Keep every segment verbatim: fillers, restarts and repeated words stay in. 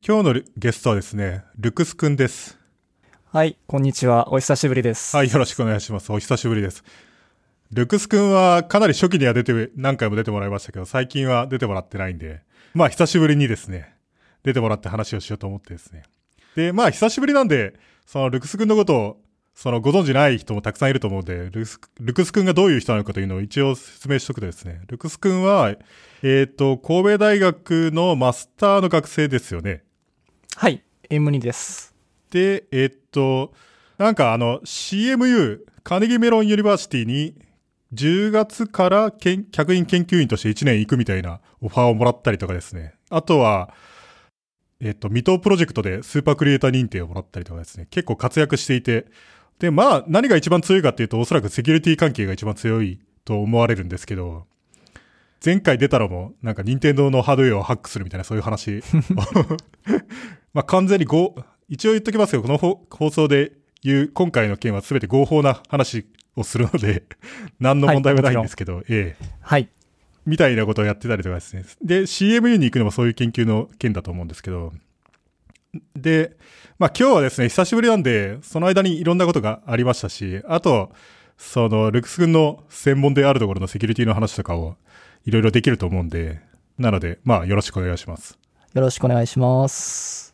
今日のゲストはですね、ルクスくんです。 はい、こんにちは。お久しぶりです。 はい、よろしくお願いします。お久しぶりです。ルクスくんはかなり初期には出て、何回も出てもらいましたけど、最近は出てもらってないんで、まあ久しぶりにですね、出てもらって話をしようと思ってですね。で、まあ久しぶりなんで、そのルクスくんのことを、そのご存知ない人もたくさんいると思うんで、ルクス、ルクスくんがどういう人なのかというのを一応説明しておくとですね、ルクスくんは、えっと、神戸大学のマスターの学生ですよね。 はい、エムツー です。 で、えっと、なんかあの シーエムユー、カーネギーメロンユニバーシティにじゅうがつから客員研究員としていちねん行くみたいなオファーをもらったりとかですね。あとは、えっと、未踏プロジェクトでスーパークリエイター認定をもらったりとかですね。結構活躍していて、で、まあ、何が一番強いかっていうと、おそらくセキュリティ関係が一番強いと思われるんですけど、前回出たのも、なんか任天堂のハードウェアをハックするみたいなそういう話。まあ完全にご、一応言っときますけど、この放送で言う今回の件は全て合法な話をするので、何の問題もないんですけど、はい、ええ。 はい。 みたいなことをやってたりとかですね。で、シーエムユー に行くのもそういう研究の件だと思うんですけど、で、まあ今日はですね、久しぶりなんで、その間にいろんなことがありましたし、あと、その、ルクス君の専門であるところのセキュリティの話とかをいろいろできると思うんで、なので、まあよろしくお願いします。 よろしくお願いします。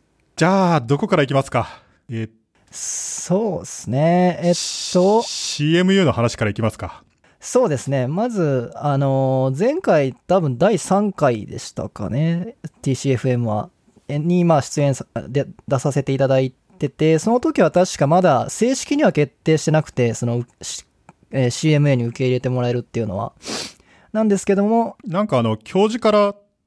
じゃあ、どこから行きますか？えー、 そうですね。えっと、 シーエムユー の話から行きますか？ そうですね。まず、あのー、前回多分だいさんかいでしたかね。ティーシーエフエム は。に、まあ出演で出させていただいてて、その時は確かまだ正式には決定してなくて、その、えー、シーエムエー に受け入れてもらえるっていうのは。なんですけども。 なんかあの、教授から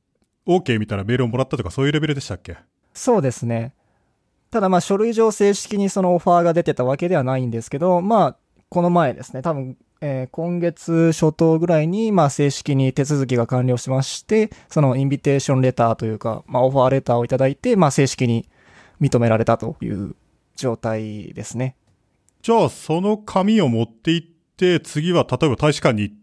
OK みたいなメールをもらったとかそういうレベルでしたっけ？ そうですね。ただまあ書類上正式にそのオファーが出てたわけではないんですけど、まあ、この前ですね、多分、えー、今月初頭ぐらいに、まあ正式に手続きが完了しまして、そのインビテーションレターというか、まあオファーレターをいただいて、まあ正式に認められたという状態ですね。 じゃあ、その紙を持って行って、次は例えば大使館に行って、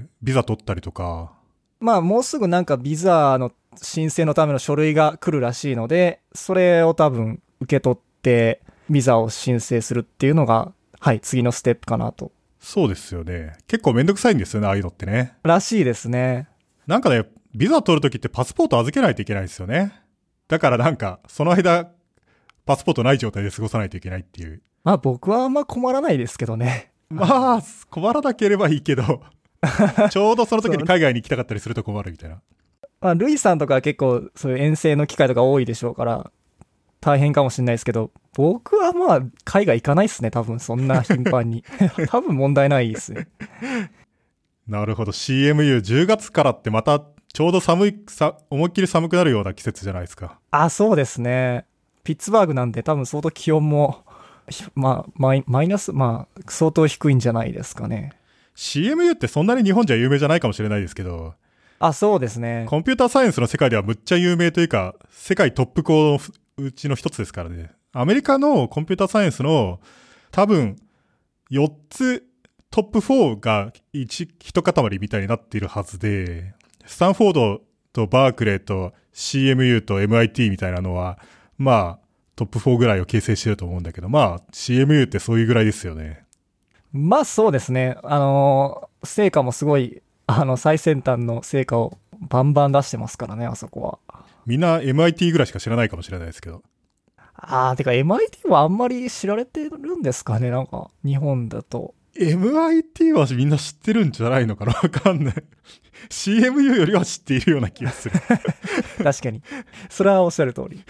ビザ取ったりとか。 まあもうすぐなんかビザの申請のための書類が来るらしいので、それを多分受け取ってビザを申請するっていうのが、はい、次のステップかなと。 そうですよね。結構めんどくさいんですよね、ああいうのってね。 らしいですね。 なんかね、ビザ取るときってパスポート預けないといけないですよね。だからなんか、その間、パスポートない状態で過ごさないといけないっていう。 まあ僕はあんま困らないですけどね。 まあ、困らなければいいけど、ちょうどその時に海外に行きたかったりすると困るみたいな。 まあ、ルイさんとかは結構そういう遠征の機会とか多いでしょうから、大変かもしれないですけど、僕はまあ、海外行かないっすね、多分、そんな頻繁に。多分問題ないですね。 なるほど。シーエムユーじゅうがつからってまた、ちょうど寒い、さ、思いっきり寒くなるような季節じゃないですか。 あ、そうですね。ピッツバーグなんで多分相当気温も、まあ、マイ、マイナス、まあ、相当低いんじゃないですかね。 シーエムユー ってそんなに日本じゃ有名じゃないかもしれないですけど、 あ、そうですね。 コンピューターサイエンスの世界ではむっちゃ有名というか、世界トップ校のうちの一つですからね。アメリカのコンピューターサイエンスの多分よっつトップよんが一、一塊みたいになっているはずで、スタンフォードとバークレーと シーエムユー と エムアイティー みたいなのは、まあトップよんぐらいを形成してると思うんだけど、まあ シーエムユー ってそういうぐらいですよね。 まあそうですね。あのー、成果もすごい、あの、最先端の成果をバンバン出してますからね、あそこは。 みんな エムアイティー ぐらいしか知らないかもしれないですけど。 あー、てか エムアイティー はあんまり知られてるんですかね、なんか、日本だと。 エムアイティー はみんな知ってるんじゃないのかな、わかんない。シーエムユー よりは知っているような気がする。 確かに。それはおっしゃる通り。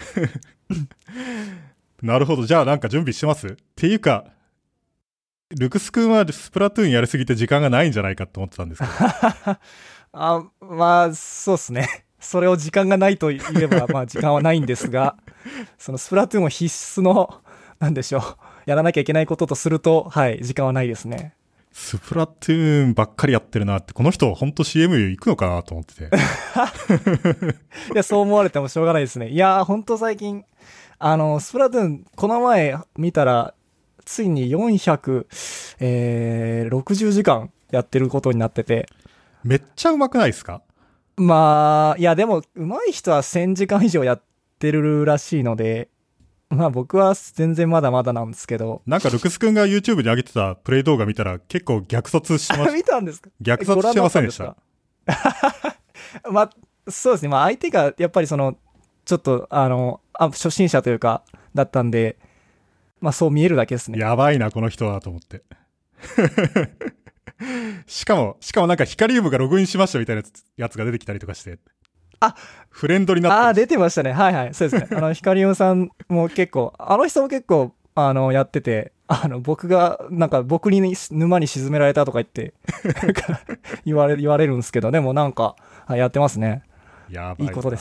なるほど。じゃあなんか準備してます？っていうか、ルクス君はスプラトゥーンやりすぎて時間がないんじゃないかと思ってたんですけど。 あ、まあ、そうですね。それを時間がないと言えば、まあ時間はないんですが、そのスプラトゥーンを必須の、なんでしょう、やらなきゃいけないこととすると、はい、時間はないですね。 スプラトゥーンばっかりやってるなって、この人本当 シーエムユー 行くのかなと思ってて。 いや、そう思われてもしょうがないですね。いやー、本当最近、あの、スプラトゥーン、この前見たら、ついによんひゃくろくじゅうじかんやってることになってて。 めっちゃ上手くないですか？ まあ、いやでも、上手い人はせんじかん以上やっってるらしいので、まあ僕は全然まだまだなんですけど。 なんかルクスくんが YouTube に上げてたプレイ動画見たら結構虐殺してました。 見たんですか？ 虐殺してませんでした。 まあ、そうですね。まあ相手がやっぱりその、ちょっとあの、あ初心者というか、だったんで、まあそう見えるだけですね。 やばいな、この人はと思って。しかも、しかもなんかヒカリウムがログインしましたみたいなやつが出てきたりとかして。 あ、 フレンドになってる。 あ、出てましたね。はいはい。そうですね。あの、ヒカリウムさんも結構、あの人も結構、あの、やってて、あの、僕が、なんか僕に沼に沈められたとか言って、なんか言われ、言われるんですけど、でもなんか、やってますね。 やばい。 いいことです。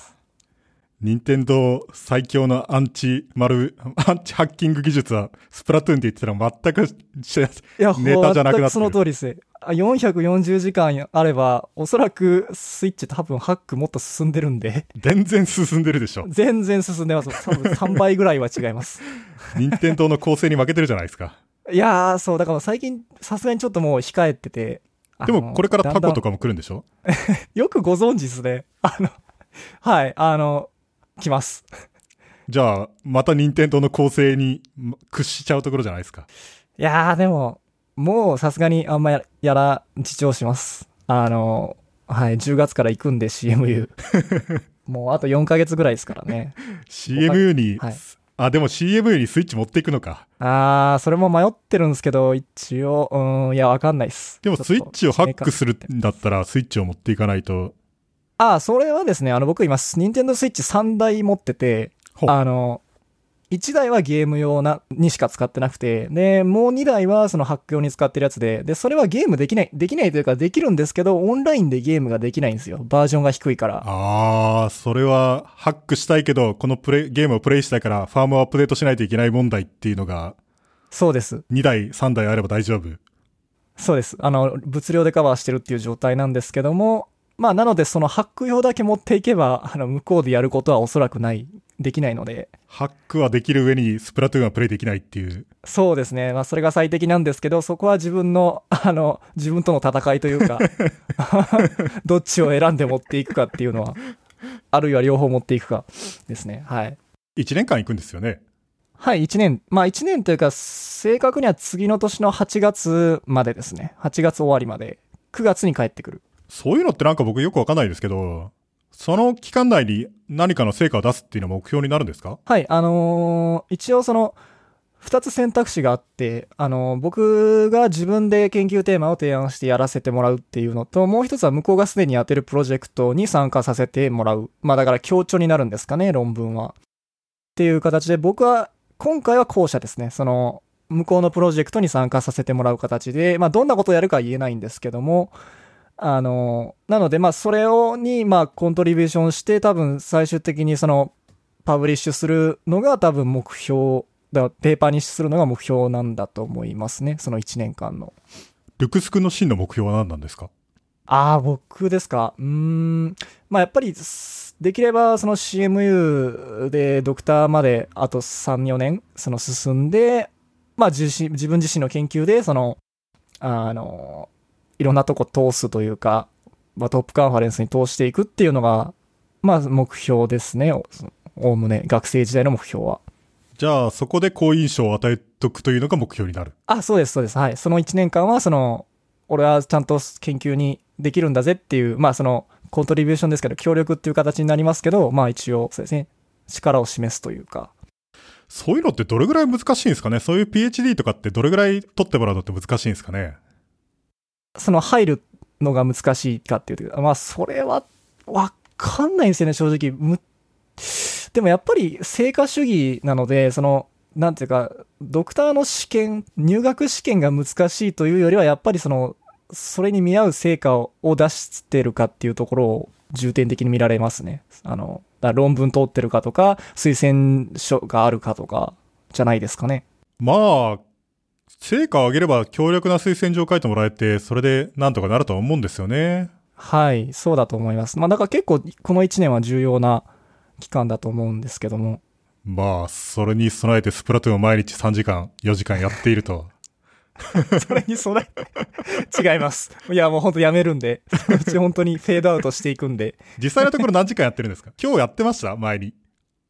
任天堂最強のアンチ丸、アンチハッキング技術はスプラトゥーンって言ってたら全くいやネタじゃなくなってる。 その通りですね。よんひゃくよんじゅうじかんあれば、おそらくスイッチ多分ハックもっと進んでるんで。 全然進んでるでしょ。 全然進んでます。多分さんばいぐらいは違います。 任天堂の構成に負けてるじゃないですか。 いやー、そう、だから最近さすがにちょっともう控えてて。 でもこれからタコとかも来るんでしょ？ よくご存知ですね。あの、はい、あの、来ます。 じゃあ、また任天堂の構成に屈しちゃうところじゃないですか。 いやー、でも、もうさすがにあんまややら、自重します。あの、はい、じゅうがつから行くんで シーエムユー。もうあとよんかげつぐらいですからね。 シーエムユー に、はい、あ、でも シーエムユー にスイッチ持っていくのか。 あー、それも迷ってるんですけど、一応、うん、いや、わかんないっす。 でもスイッチをハックするんだったら、スイッチを持っていかないと。 あー、それはですね、あの、僕今、任天堂スイッチさんだい持ってて、あの、いちだいはゲーム用な、にしか使ってなくて、で、もうにだいはそのハック用に使ってるやつで、で、それはゲームできない、できないというかできるんですけど、オンラインでゲームができないんですよ。バージョンが低いから。 あー、それはハックしたいけど、このプレイ、ゲームをプレイしたいからファームをアップデートしないといけない問題っていうのが、 そうです。 にだい、さんだいあれば大丈夫。 そうです。あの、物量でカバーしてるっていう状態なんですけども、まあ、なのでそのハック用だけ持っていけば、あの、向こうでやることはおそらくない。できないので。 ハックはできる上にスプラトゥーンはプレイできないっていう。 そうですね。まあそれが最適なんですけど、そこは自分の、あの、自分との戦いというか、どっちを選んで持っていくかっていうのは、あるいは両方持っていくかですね。はい。 いちねんかん行くんですよね。 はい、いちねん。まあいちねんというか、正確には次の年のはちがつまでですね。はちがつ終わりまで。くがつに帰ってくる。 そういうのってなんか僕よくわかんないですけど、その期間内に何かの成果を出すっていうのは目標になるんですか？ はい、あのー、一応その、二つ選択肢があって、あのー、僕が自分で研究テーマを提案してやらせてもらうっていうのと、もう一つは向こうがすでにやってるプロジェクトに参加させてもらう。まあだから協調になるんですかね、論文は。っていう形で、僕は、今回は後者ですね。その、向こうのプロジェクトに参加させてもらう形で、まあどんなことをやるかは言えないんですけども、あの、なので、まあ、それを、に、まあ、コントリビューションして、多分、最終的にその、パブリッシュするのが多分目標、だペーパーにするのが目標なんだと思いますね。そのいちねんかんの。 ルクス君の真の目標は何なんですか？ ああ、僕ですか。うーん。まあ、やっぱり、できれば、その シーエムユー でドクターまであとさん、よねん、その進んで、まあ、自身、自分自身の研究で、その、あの、いろんなとこ通すというか、まあ、トップカンファレンスに通していくっていうのが、まあ目標ですね。おおむね、学生時代の目標は。 じゃあ、そこで好印象を与えとくというのが目標になる。 あ、そうです、そうです。はい。そのいちねんかんは、その、俺はちゃんと研究にできるんだぜっていう、まあその、コントリビューションですけど、協力っていう形になりますけど、まあ一応、そうですね、力を示すというか。 そういうのってどれぐらい難しいんですかね？そういう ピーエイチディー とかってどれぐらい取ってもらうのって難しいんですかね？ その入るのが難しいかっていうと、まあそれはわかんないんですよね、正直。むでもやっぱり成果主義なので、その、なんていうか、ドクターの試験、入学試験が難しいというよりは、やっぱりその、それに見合う成果を出してるかっていうところを重点的に見られますね。あの、だ論文通ってるかとか、推薦書があるかとか、じゃないですかね。 まあ、成果を上げれば強力な推薦状を書いてもらえて、それでなんとかなるとは思うんですよね。 はい、そうだと思います。まあだから結構このいちねんは重要な期間だと思うんですけども。 まあ、それに備えてスプラトゥーンを毎日さんじかん、よじかんやっていると。 それに備え、違います。いやもう本当やめるんで、そのうち本当にフェードアウトしていくんで。 実際のところ何時間やってるんですか？今日やってました？前に。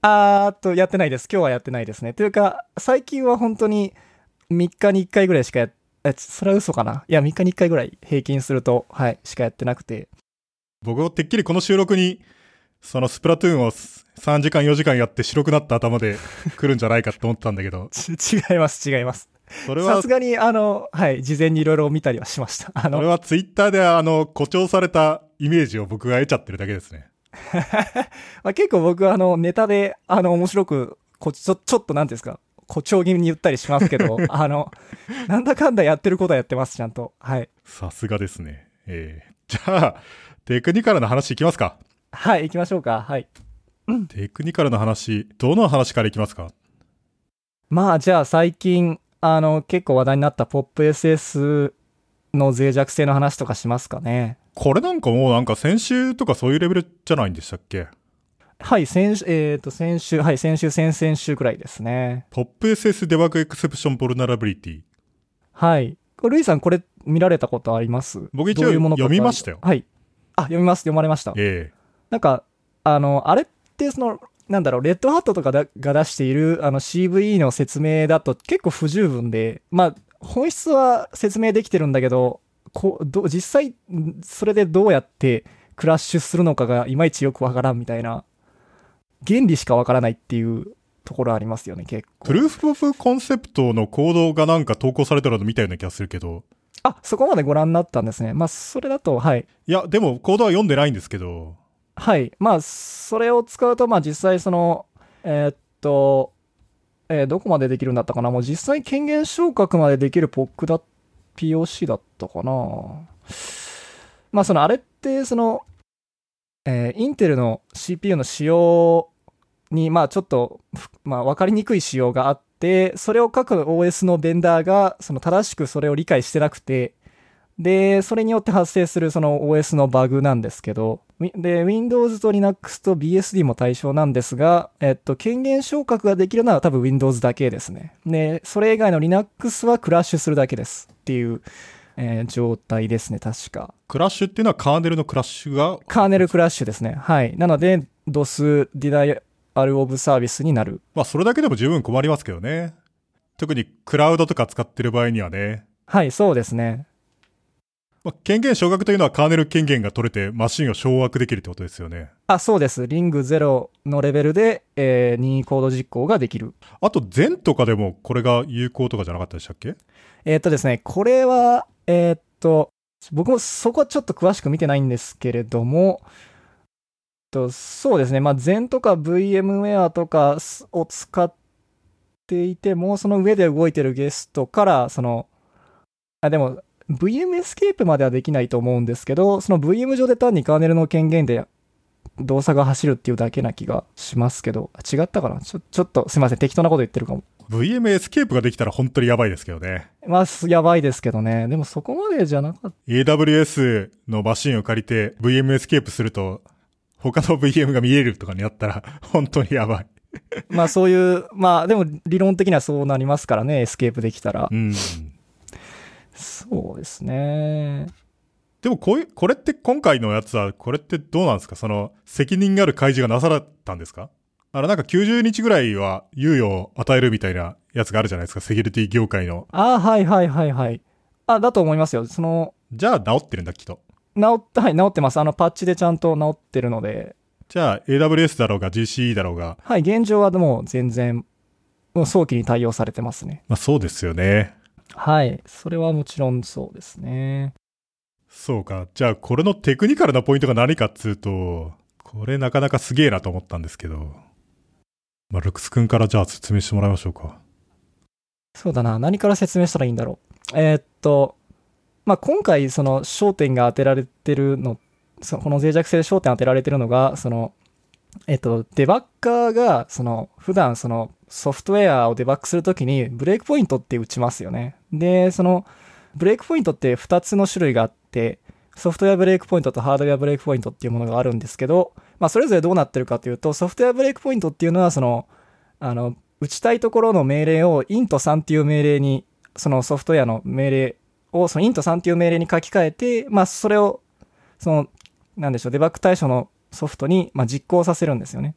あーっと、やってないです。今日はやってないですね。というか、最近は本当にみっかにいっかいぐらいしかやっ、え、それは嘘かな。いや、みっかにいっかいぐらい平均すると、はい、しかやってなくて。 僕はてっきりこの収録に、そのスプラトゥーンをさんじかんよじかんやって白くなった頭で来るんじゃないかって思ったんだけど。 ち違います、違います。 それは、 さすがに、あの、はい、事前にいろいろ見たりはしました。あの、 それはツイッターであの、誇張されたイメージを僕が得ちゃってるだけですね。 まあ、結構僕はあの、ネタで、あの、面白く、こちょ、ちょっとなんていうんですか、誇張気味に言ったりしますけど、あの、なんだかんだやってることはやってます、ちゃんと。はい。 さすがですね。えー、じゃあ、テクニカルな話いきますか。 はい、行きましょうか。はい。 テクニカルな話、どの話からいきますか。 まあ、じゃあ最近、あの、結構話題になった ポップエスエス の脆弱性の話とかしますかね。 これなんかもうなんか先週とかそういうレベルじゃないんでしたっけ。 はい、先週、えっと、先週、はい、先週、先々週くらいですね。 ポップエスエス デバッグエクセプションボルナラビリティ。 はい。ルイさん、これ見られたことあります？ 僕一応どういうものか読みましたよ。 はい。あ、読みます、読まれました。 ええ。 なんか、あの、あれってその、なんだろう、レッドハットとかだが出しているあの シーブイ の説明だと結構不十分で、まあ、本質は説明できてるんだけど、こうど実際、それでどうやってクラッシュするのかがいまいちよくわからんみたいな、原理しかわからないっていうところありますよね、結構。 プルーフオブコンセプトのコードがなんか投稿されたのみたいな気がするけど。 あ、そこまでご覧になったんですね。まあ、それだと、はい。 いや、でもコードは読んでないんですけど。 はい。まあ、それを使うと、まあ実際その、えーっと、えーどこまでできるんだったかな。もう実際権限昇格までできる ポック だ、ピーオーシー だったかな。まあそのあれってその、えーインテルの シーピーユー の仕様に、まあちょっと、まあ分かりにくい仕様があって、それを各 オーエス のベンダーが、その正しくそれを理解してなくて、で、それによって発生するその オーエス のバグなんですけど、で、Windows と Linux と ビーエスディー も対象なんですが、えっと、権限昇格ができるのは多分 Windows だけですね。で、それ以外の Linux はクラッシュするだけですっていう、えー状態ですね、確か。 クラッシュっていうのはカーネルのクラッシュが。 カーネルクラッシュですね。はい。なので、DOS、Denial of Service になる。 まあそれだけでも十分困りますけどね。特にクラウドとか使ってる場合にはね。 はい、そうですね。 まあ、権限昇格というのはカーネル権限が取れてマシンを掌握できるってことですよね。 あ、そうです。リングゼロのレベルで、えー任意コード実行ができる。 あと全とかでもこれが有効とかじゃなかったでしたっけ。 えーっとですね、これは、えーっと、僕もそこはちょっと詳しく見てないんですけれども、とそうですね、まあ、Zen とか VMware とかを使っていても、その上で動いてるゲストから、その、あ、でも、ブイエム エスケープまではできないと思うんですけど、その ブイエム 上で単にカーネルの権限で動作が走るっていうだけな気がしますけど、違ったかなちょ、ちょっとすいません、適当なこと言ってるかも。 ブイエム エスケープができたら本当にやばいですけどね。 まあ、やばいですけどね。でもそこまでじゃなかった。 エーダブリューエス のマシンを借りて ブイエム エスケープすると、他の ブイエム が見えるとかになったら本当にやばい。 まあそういう、まあでも理論的にはそうなりますからね、エスケープできたら。 うん。 そうですね。 でもこういう、これって今回のやつは、これってどうなんですか。その、責任がある開示がなされたんですか。あの、なんかきゅうじゅうにちぐらいは猶予を与えるみたいなやつがあるじゃないですか。セキュリティ業界の。 ああ、はいはいはいはい。あ、だと思いますよ。その、 じゃあ治ってるんだ、きっと。 治って、はい、治ってます。あの、パッチでちゃんと治ってるので。 じゃあ エーダブリューエス だろうが ジーシーイー だろうが。 はい、現状はもう全然、もう早期に対応されてますね。 まあそうですよね。 はい。それはもちろんそうですね。 そうか。じゃあこれのテクニカルなポイントが何かっつうと、これなかなかすげえなと思ったんですけど。まあルクス君からじゃあ説明してもらいましょうか。 そうだな。何から説明したらいいんだろう。えーっと、まあ、今回その焦点が当てられてるの、そのこの脆弱性で焦点当てられてるのが、その、えっと、デバッカーが、その、普段そのソフトウェアをデバッグするときにブレイクポイントって打ちますよね。で、その、ブレイクポイントってふたつの種類があって、ソフトウェアブレイクポイントとハードウェアブレイクポイントっていうものがあるんですけど、まあ、それぞれどうなってるかというと、ソフトウェアブレイクポイントっていうのは、その、あの、打ちたいところの命令を イントさん っていう命令に、そのソフトウェアの命令を、その イントさん っていう命令に書き換えて、まあ、それを、その、なんでしょう、デバッグ対象のソフトに、まあ、実行させるんですよね。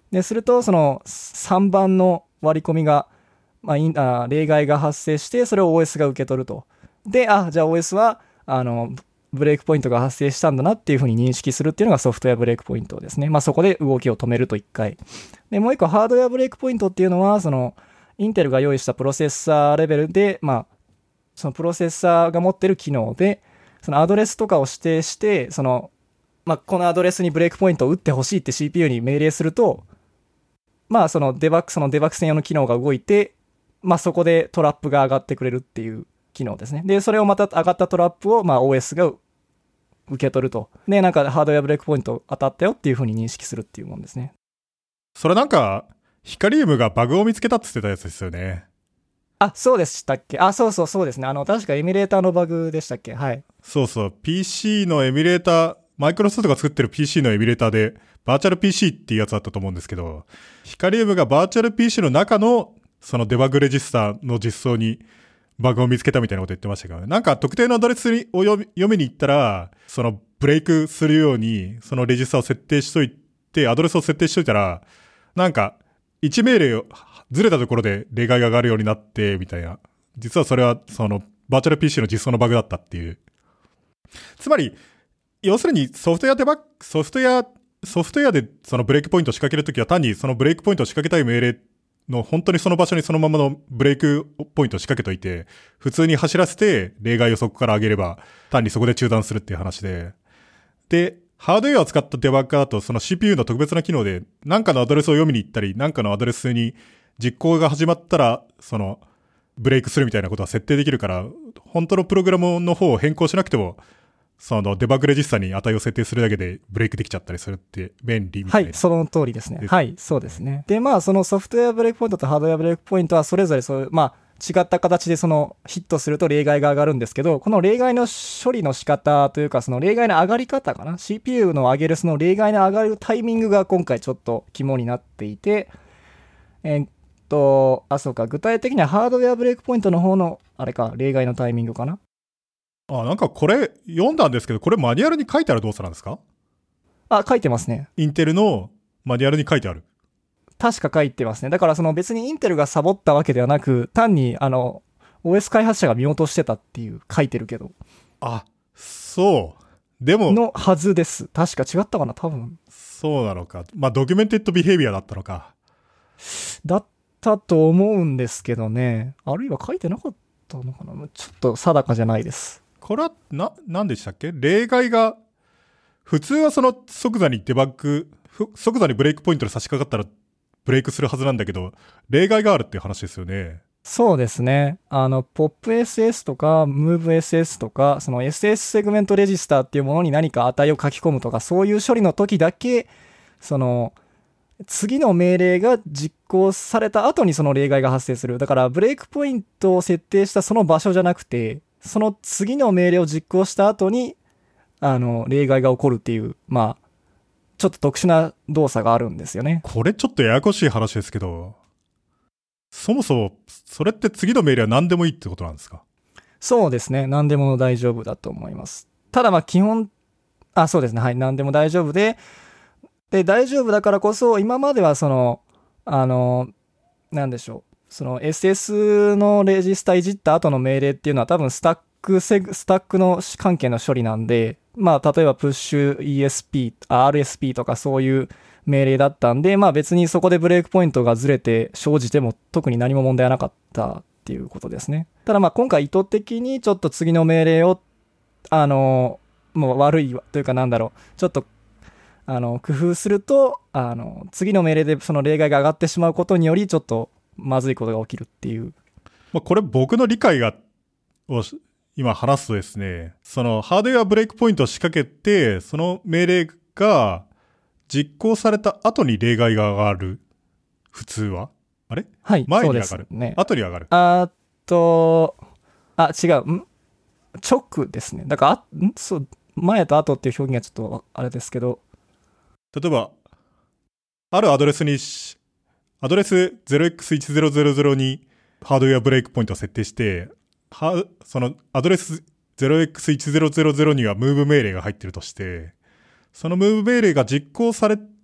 で、すると、そのさんばんの割り込みが、まあ、インあ例外が発生して、それを オーエス が受け取ると。で、あ、じゃあ オーエス は、あの、ブレイクポイントが発生したんだなっていうふうに認識するっていうのがソフトウェアブレイクポイントですね。まあそこで動きを止めるといっかい。で、もう一個ハードウェアブレイクポイントっていうのは、その、インテルが用意したプロセッサーレベルで、まあ、そのプロセッサーが持ってる機能で、そのアドレスとかを指定して、その、まあ、このアドレスにブレイクポイントを打ってほしいって シーピーユー に命令すると、まあ、そのデバッグ、そのデバッグ専用の機能が動いて、まあ、そこでトラップが上がってくれるっていう機能ですね。で、それをまた上がったトラップを、まあ、オーエス が受け取ると。で、なんかハードウェアブレイクポイント当たったよっていう風に認識するっていうもんですね。 それなんか、ヒカリウムがバグを見つけたって言ってたやつですよね。 あ、そうでしたっけ？あ、そうそうそうですね。あの、確かエミュレーターのバグでしたっけ？はい。 そうそう。ピーシー のエミュレーター、マイクロソフトが作ってる ピーシー のエミュレーターで、バーチャル ピーシー っていうやつだったと思うんですけど、ヒカリウムがバーチャル ピーシー の中の、そのデバッグレジスターの実装にバグを見つけたみたいなこと言ってましたけど、なんか特定のアドレスを読み、読みに行ったら、そのブレイクするように、そのレジスターを設定しといて、アドレスを設定しといたら、なんか、いち命令をずれたところで例外が上がるようになって、みたいな。実はそれは、その、バーチャル ピーシー の実装のバグだったっていう。つまり、要するにソフトウェアデバッグ、ソフトウェア、ソフトウェアでそのブレイクポイントを仕掛けるときは単にそのブレイクポイントを仕掛けたい命令の本当にその場所にそのままのブレイクポイントを仕掛けといて、普通に走らせて例外をそこから上げれば単にそこで中断するっていう話で。で、ハードウェアを使ったデバッグだとその シーピーユー の特別な機能で何かのアドレスを読みに行ったり、何かのアドレスに実行が始まったらそのブレイクするみたいなことは設定できるから、本当のプログラムの方を変更しなくてもそのデバッグレジスタに値を設定するだけでブレイクできちゃったりするって便利みたいな。 はい、その通りですね。はい、そうですね。で、まあ、そのソフトウェアブレイクポイントとハードウェアブレイクポイントはそれぞれそういう、まあ、違った形でそのヒットすると例外が上がるんですけど、この例外の処理の仕方というか、その例外の上がり方かな ?シーピーユー の上げるその例外の上がるタイミングが今回ちょっと肝になっていて、えー、っと、あ、そうか、具体的にはハードウェアブレイクポイントの方の、あれか、例外のタイミングかな。 あ、なんかこれ読んだんですけど、これマニュアルに書いてある動作なんですか？ あ、書いてますね。 インテルのマニュアルに書いてある。 確か書いてますね。だからその別にインテルがサボったわけではなく、単にあの、オーエス 開発者が見落としてたっていう書いてるけど。 あ、そう。でも。 のはずです。確か違ったかな多分。 そうなのか。まあ、ドキュメンテッドビヘイビアだったのか。 だったと思うんですけどね。あるいは書いてなかったのかなちょっと定かじゃないです。 これは、な、なんでしたっけ？例外が、普通はその即座にデバッグ、即座にブレイクポイントで差し掛かったらブレイクするはずなんだけど、例外があるっていう話ですよね。 そうですね。あの、ポップエスエス とか ムーブエスエス とか、その エスエス セグメントレジスターっていうものに何か値を書き込むとか、そういう処理の時だけ、その、次の命令が実行された後にその例外が発生する。だからブレイクポイントを設定したその場所じゃなくて、その次の命令を実行した後に、あの、例外が起こるっていう、まあ、ちょっと特殊な動作があるんですよね。 これちょっとややこしい話ですけど、そもそも、それって次の命令は何でもいいってことなんですか？ そうですね。何でも大丈夫だと思います。ただまあ基本、あ、そうですね。はい。何でも大丈夫で、で、大丈夫だからこそ、今まではその、あの、なんでしょう。その エスエス のレジスタいじった後の命令っていうのは多分スタックセグ、スタックの関係の処理なんで、まあ例えばプッシュ イーエスピー、アールエスピー とかそういう命令だったんで、まあ別にそこでブレイクポイントがずれて生じても特に何も問題はなかったっていうことですね。ただまあ今回意図的にちょっと次の命令を、あの、もう悪いというかなんだろう、ちょっとあの工夫すると、あの次の命令でその例外が上がってしまうことによりちょっとまずいことが起きるっていう。 まあ、これ僕の理解がを今話すとですね、そのハードウェアブレイクポイントを仕掛けて、その命令が実行された後に例外が上がる。普通はあれ？ はい。 前に上がる。 そうですね。 後に上がる。 あと、あ、違う。ん直ですね。だから、あんそう、前と後っていう表現がちょっとあれですけど。 例えば、あるアドレスに、アドレス ゼロエックスいちゼロゼロゼロ にハードウェアブレイクポイントを設定して、はそのアドレス ゼロエックスいちゼロゼロゼロ にはムーブ命令が入ってるとして、そのムーブ命令が実行され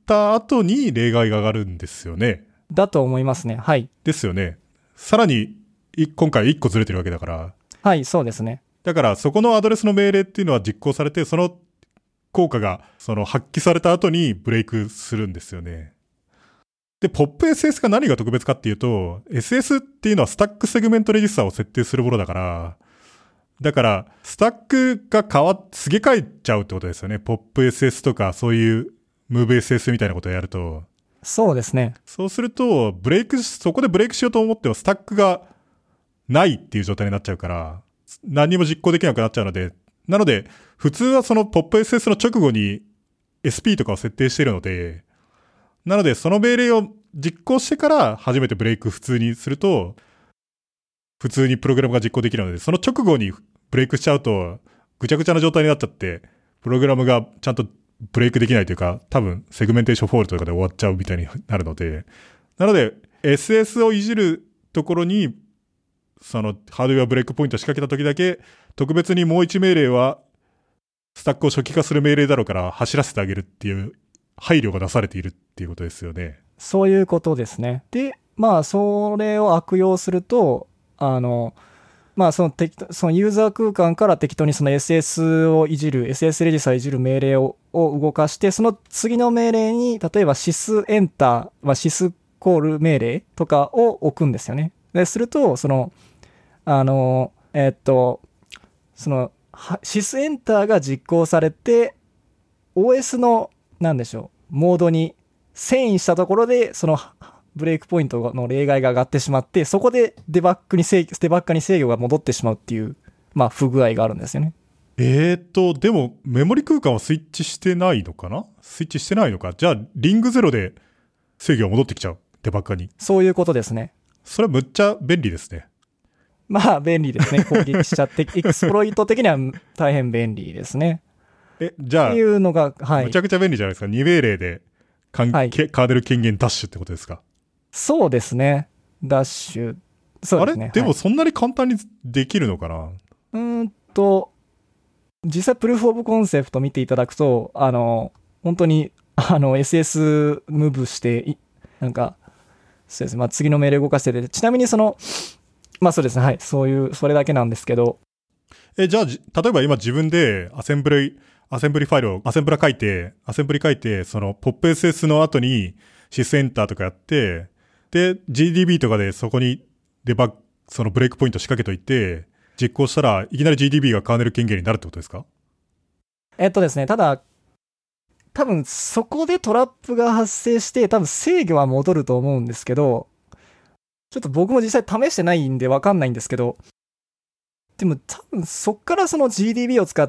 た後に例外が上がるんですよね。 だと思いますね。はい。 ですよね。さらに、今回いっこずれてるわけだから。 はい、そうですね。 だから、そこのアドレスの命令っていうのは実行されて、その効果が、その発揮された後にブレイクするんですよね。で、ポップ エスエス が何が特別かっていうと、エスエス っていうのはスタックセグメントレジスターを設定するものだから、だから、スタックが変わっ、すげ替えちゃうってことですよね。ポップ エスエス とか、そういうムーブ エスエス みたいなことをやると。 そうですね。 そうすると、ブレイク、そこでブレイクしようと思っても、スタックがないっていう状態になっちゃうから、何にも実行できなくなっちゃうので、なので、普通はそのポップ エスエス の直後に エスピー とかを設定しているので、なので、その命令を実行してから初めてブレイク普通にすると、普通にプログラムが実行できるので、その直後にブレイクしちゃうと、ぐちゃぐちゃな状態になっちゃって、プログラムがちゃんとブレイクできないというか、多分セグメンテーションフォールトとかで終わっちゃうみたいになるので、なので、エスエス をいじるところに、そのハードウェアブレイクポイントを仕掛けた時だけ、特別にもう一命令は、スタックを初期化する命令だろうから走らせてあげるっていう配慮が出されているっていうことですよね。 そういうことですね。で、まあ、それを悪用すると、あの、まあ、その適当、そのユーザー空間から適当にその エスエス をいじる、エスエス レジスターをいじる命令を、を動かして、その次の命令に、例えば sys エンター、まあ、sys コール命令とかを置くんですよね。で、すると、その、あの、えー、っと、その、sys エンターが実行されて、オーエス の、なんでしょう、モードに遷移したところで、その、ブレイクポイントの例外が上がってしまって、そこでデバッグに制御、デバッカーに制御が戻ってしまうっていう、まあ不具合があるんですよね。 えーと、でもメモリ空間はスイッチしてないのかな？スイッチしてないのか。じゃあ、リングゼロで制御が戻ってきちゃう。デバッカーに。 そういうことですね。 それはむっちゃ便利ですね。 まあ便利ですね。攻撃しちゃって、エクスプロイト的には大変便利ですね。 え、じゃあ、 っていうのが、はい。 むちゃくちゃ便利じゃないですか。に命令でかん、はい、カーネル権限ダッシュってことですか？ そうですね。ダッシュ。そうですね。 あれ、でもそんなに簡単にできるのかな？ うーんと、実際プルーフオブコンセプト見ていただくと、あの、本当に、あの、エスエス ムーブして、なんか、そうですね。まあ次の命令動かしてて、ちなみにその、まあそうですね。はい。そういう、それだけなんですけど。 え、じゃあ、例えば今自分でアセンブリ、アセンブリファイルを、アセンブラ書いて、アセンブリ書いて、その、ポップ エスエス の後に、シスエンターとかやって、で、ジーディービー とかでそこにデバッグ、そのブレイクポイント仕掛けといて、実行したらいきなり ジーディービー がカーネル権限になるってことですか？ えっとですね、ただ、多分そこでトラップが発生して、多分制御は戻ると思うんですけど、ちょっと僕も実際試してないんでわかんないんですけど、でも多分そっからその ジーディービー を使って、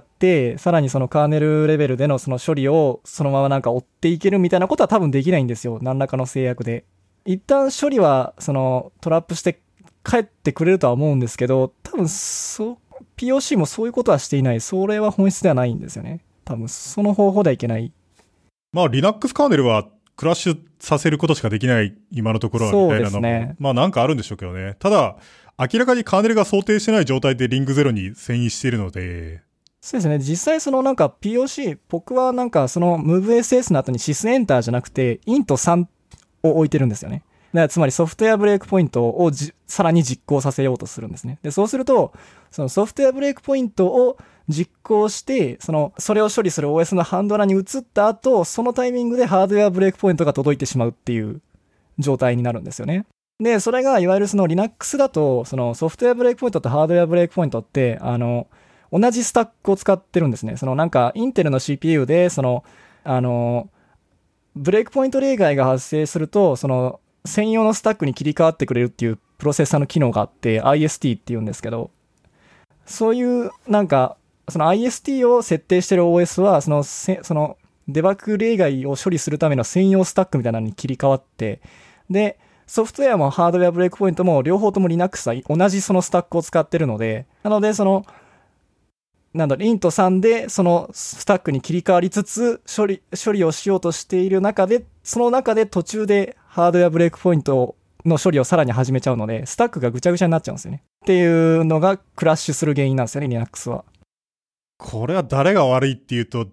さらにそのカーネルレベルでのその処理をそのままなんか追っていけるみたいなことは多分できないんですよ。何らかの制約で。一旦処理はそのトラップして帰ってくれるとは思うんですけど、多分そ ピーオーシー もそういうことはしていない。それは本質ではないんですよね。多分その方法ではいけない。 まあ Linux カーネルはクラッシュさせることしかできない今のところはみたいなのも、そうですね、まあなんかあるんでしょうけどね。ただ明らかにカーネルが想定してない状態でリングゼロに遷移しているので、 そうですね。実際そのなんか ピーオーシー、僕はなんかその ムーブエスエス の後に sys エンターじゃなくて イントスリーを置いてるんですよね。だからつまりソフトウェアブレイクポイントをじさらに実行させようとするんですね。で、そうすると、そのソフトウェアブレイクポイントを実行して、その、それを処理する オーエス のハンドラーに移った後、そのタイミングでハードウェアブレイクポイントが届いてしまうっていう状態になるんですよね。で、それがいわゆるその Linux だと、そのソフトウェアブレイクポイントとハードウェアブレイクポイントって、あの、同じスタックを使ってるんですね。そのなんか、インテルの シーピーユー で、その、あの、ブレイクポイント例外が発生すると、その、専用のスタックに切り替わってくれるっていうプロセッサーの機能があって、アイエスティー って言うんですけど、そういうなんか、その アイエスティー を設定してる オーエス は、その、そのデバッグ例外を処理するための専用スタックみたいなのに切り替わって、で、ソフトウェアもハードウェアブレイクポイントも両方とも Linux は同じそのスタックを使ってるので、なのでその、なんだろう、イントスリーでそのスタックに切り替わりつつ処理、処理をしようとしている中で、その中で途中でハードウェアブレイクポイントの処理をさらに始めちゃうので、スタックがぐちゃぐちゃになっちゃうんですよね。っていうのがクラッシュする原因なんですよね、Linux は。 これは誰が悪いっていうと、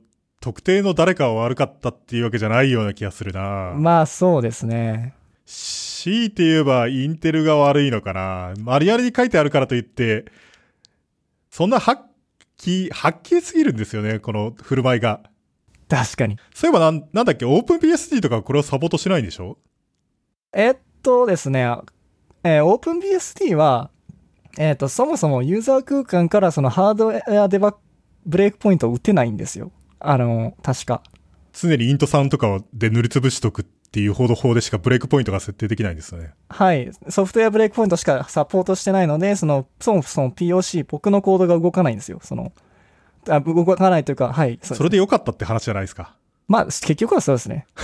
特定の誰かが悪かったっていうわけじゃないような気がするな。 まあそうですね。 強いて言えばインテルが悪いのかな。マニュアルに書いてあるからといって、そんなはっき、はっきりすぎるんですよね、この振る舞いが。 確かに。 そういえばなん、なんだっけ、オープン ビーエスディー とかこれをサポートしないんでしょ？ えっとですね、えー、オープン ビーエスディー は、えっと、そもそもユーザー空間からそのハードウェアデバブレイクポイントを打てないんですよ。あの、確か。 常にイントさんとかで塗りつぶしとくっていうほど法でしかブレイクポイントが設定できないんですよね。 はい。ソフトウェアブレイクポイントしかサポートしてないので、その、そもそも ピーオーシー、僕のコードが動かないんですよ。その、あ動かないというか、はい。 そ, それで良かったって話じゃないですか。 まあ、結局はそうですね。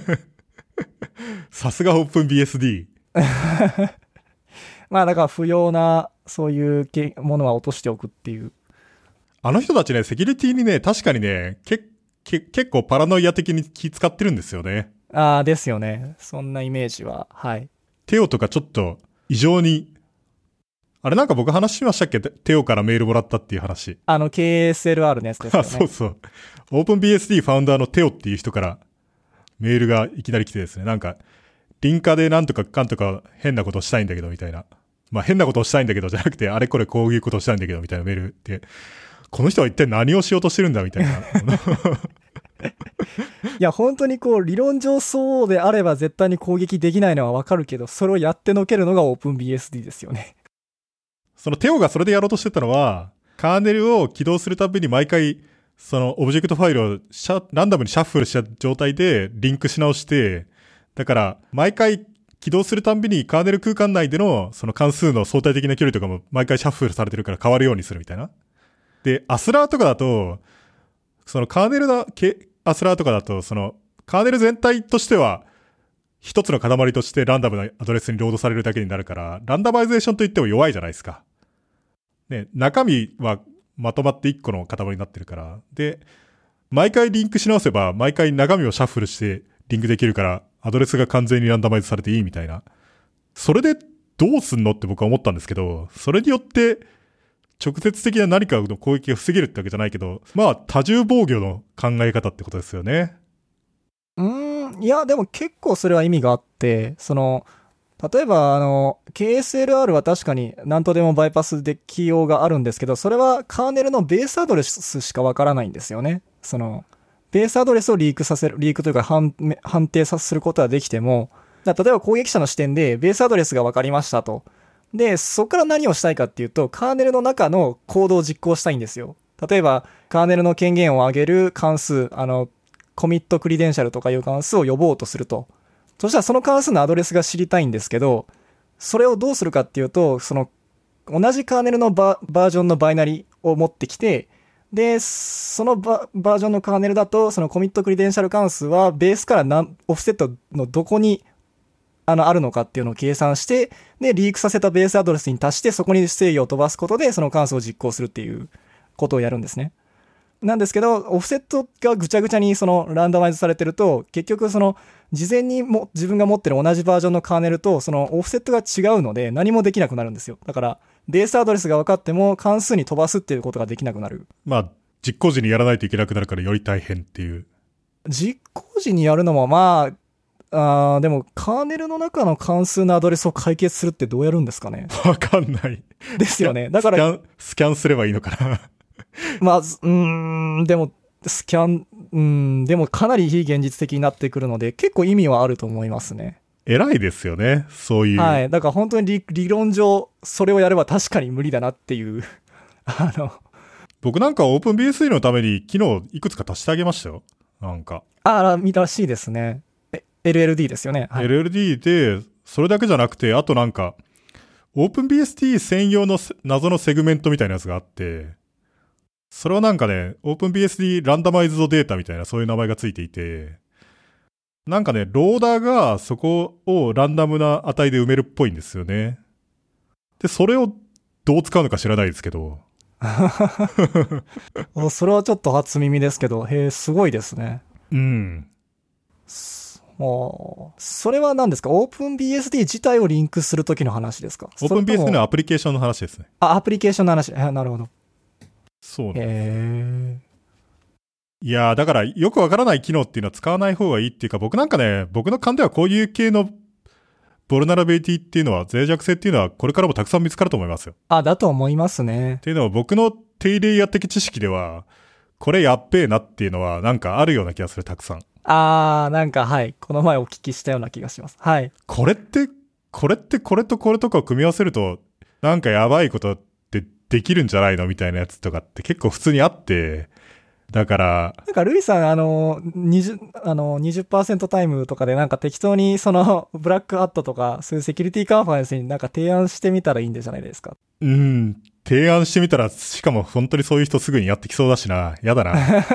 さすがオープン ビーエスディー。 まあ、だから不要な、そういうものは落としておくっていう。 あの人たちね、セキュリティにね、確かにね、けけ結構パラノイア的に気使ってるんですよね。 ああ、ですよね。そんなイメージは。はい。 テオとかちょっと異常に、あれなんか僕話しましたっけ？テオからメールもらったっていう話。 あの ケーエスエルアール のやつですよね。 そうそう。オープン ビーエスディー ファウンダーのテオっていう人からメールがいきなり来てですね、なんか、リンカでなんとかかんとか変なことしたいんだけどみたいな。まあ変なことをしたいんだけどじゃなくて、あれこれこういうことをしたいんだけどみたいなメールで、この人は一体何をしようとしてるんだみたいな。 いや、本当にこう、理論上そうであれば絶対に攻撃できないのはわかるけど、それをやってのけるのが オープンビーエスディー ですよね。 そのテオがそれでやろうとしてたのは、カーネルを起動するたびに毎回、そのオブジェクトファイルをシャランダムにシャッフルした状態でリンクし直して、だから毎回起動するたびにカーネル空間内でのその関数の相対的な距離とかも毎回シャッフルされてるから変わるようにするみたいな。で、アスラーとかだと、そのカーネルだ、アスラーとかだと、そのカーネル全体としては一つの塊としてランダムなアドレスにロードされるだけになるから、ランダマイゼーションといっても弱いじゃないですか。ね、中身はまとまって一個の塊になってるから。で、毎回リンクし直せば、毎回中身をシャッフルしてリンクできるから、アドレスが完全にランダマイズされていいみたいな。それでどうすんのって僕は思ったんですけど、それによって直接的な何かの攻撃が防げるってわけじゃないけど、まあ多重防御の考え方ってことですよね。 うーん、いや、でも結構それは意味があって、その、例えば、あの、ケーエスエルアール は確かに何とでもバイパスできようがあるんですけど、それはカーネルのベースアドレスしかわからないんですよね。その、ベースアドレスをリークさせる、リークというか判、判定させることはできても、例えば攻撃者の視点でベースアドレスがわかりましたと。で、そこから何をしたいかっていうと、カーネルの中のコードを実行したいんですよ。例えば、カーネルの権限を上げる関数、あの、コミットクリデンシャルとかいう関数を呼ぼうとすると。そしたらその関数のアドレスが知りたいんですけど、それをどうするかっていうと、その、同じカーネルのバ、バージョンのバイナリを持ってきて、で、そのバ、バージョンのカーネルだと、そのコミットクリデンシャル関数はベースから何オフセットのどこにあの、あるのかっていうのを計算して、で、リークさせたベースアドレスに達して、そこに制御を飛ばすことで、その関数を実行するっていうことをやるんですね。なんですけど、オフセットがぐちゃぐちゃにそのランダマイズされてると、結局その事前にも自分が持ってる同じバージョンのカーネルとそのオフセットが違うので何もできなくなるんですよ。だからベースアドレスが分かっても関数に飛ばすっていうことができなくなる。 まあ実行時にやらないといけなくなるからより大変っていう。 実行時にやるのもまあ、あでもカーネルの中の関数のアドレスを解決するってどうやるんですかね。 わかんない。 ですよね。だからスキャン、スキャンすればいいのかな。 まあ、うーん、でも、スキャン、うん、でもかなり非現実的になってくるので、結構意味はあると思いますね。 偉いですよね、そういう。 はい。だから本当に 理, 理論上、それをやれば確かに無理だなっていう。あの。 僕なんか OpenBSD のために機能いくつか足してあげましたよ。なんか。 ああ、見たらしいですね。エルエルディー ですよね。 はい、エルエルディー で、それだけじゃなくて、あとなんか、OpenBSD 専用の謎のセグメントみたいなやつがあって、それはなんかね、OpenBSD ランダマイズドデータみたいなそういう名前がついていて、なんかね、ローダーがそこをランダムな値で埋めるっぽいんですよね。で、それをどう使うのか知らないですけど。 それはちょっと初耳ですけど、へえ、すごいですね。 うん。 もう、それは何ですか？ OpenBSD 自体をリンクするときの話ですか？ OpenBSD のアプリケーションの話ですね。 あ、アプリケーションの話。なるほど。 そうね。 へー。 いやー、だからよくわからない機能っていうのは使わない方がいいっていうか、僕なんかね、僕の勘ではこういう系のボルナラビリティっていうのは、脆弱性っていうのはこれからもたくさん見つかると思いますよ。 あ、だと思いますね。 っていうのは僕の低レイヤー的知識では、これやっべえなっていうのはなんかあるような気がする、たくさん。 あー、なんかはい。この前お聞きしたような気がします。はい。 これって、これってこれとこれとかを組み合わせると、なんかやばいことってできるんじゃないのみたいなやつとかって結構普通にあって、だから。 なんかルイさん、あの、にじゅう、あの、にじゅっパーセント タイムとかでなんか適当にその、ブラックアットとか、そういうセキュリティカンファレンスになんか提案してみたらいいんじゃないですか。 うん。提案してみたら、しかも本当にそういう人すぐにやってきそうだしな。やだな。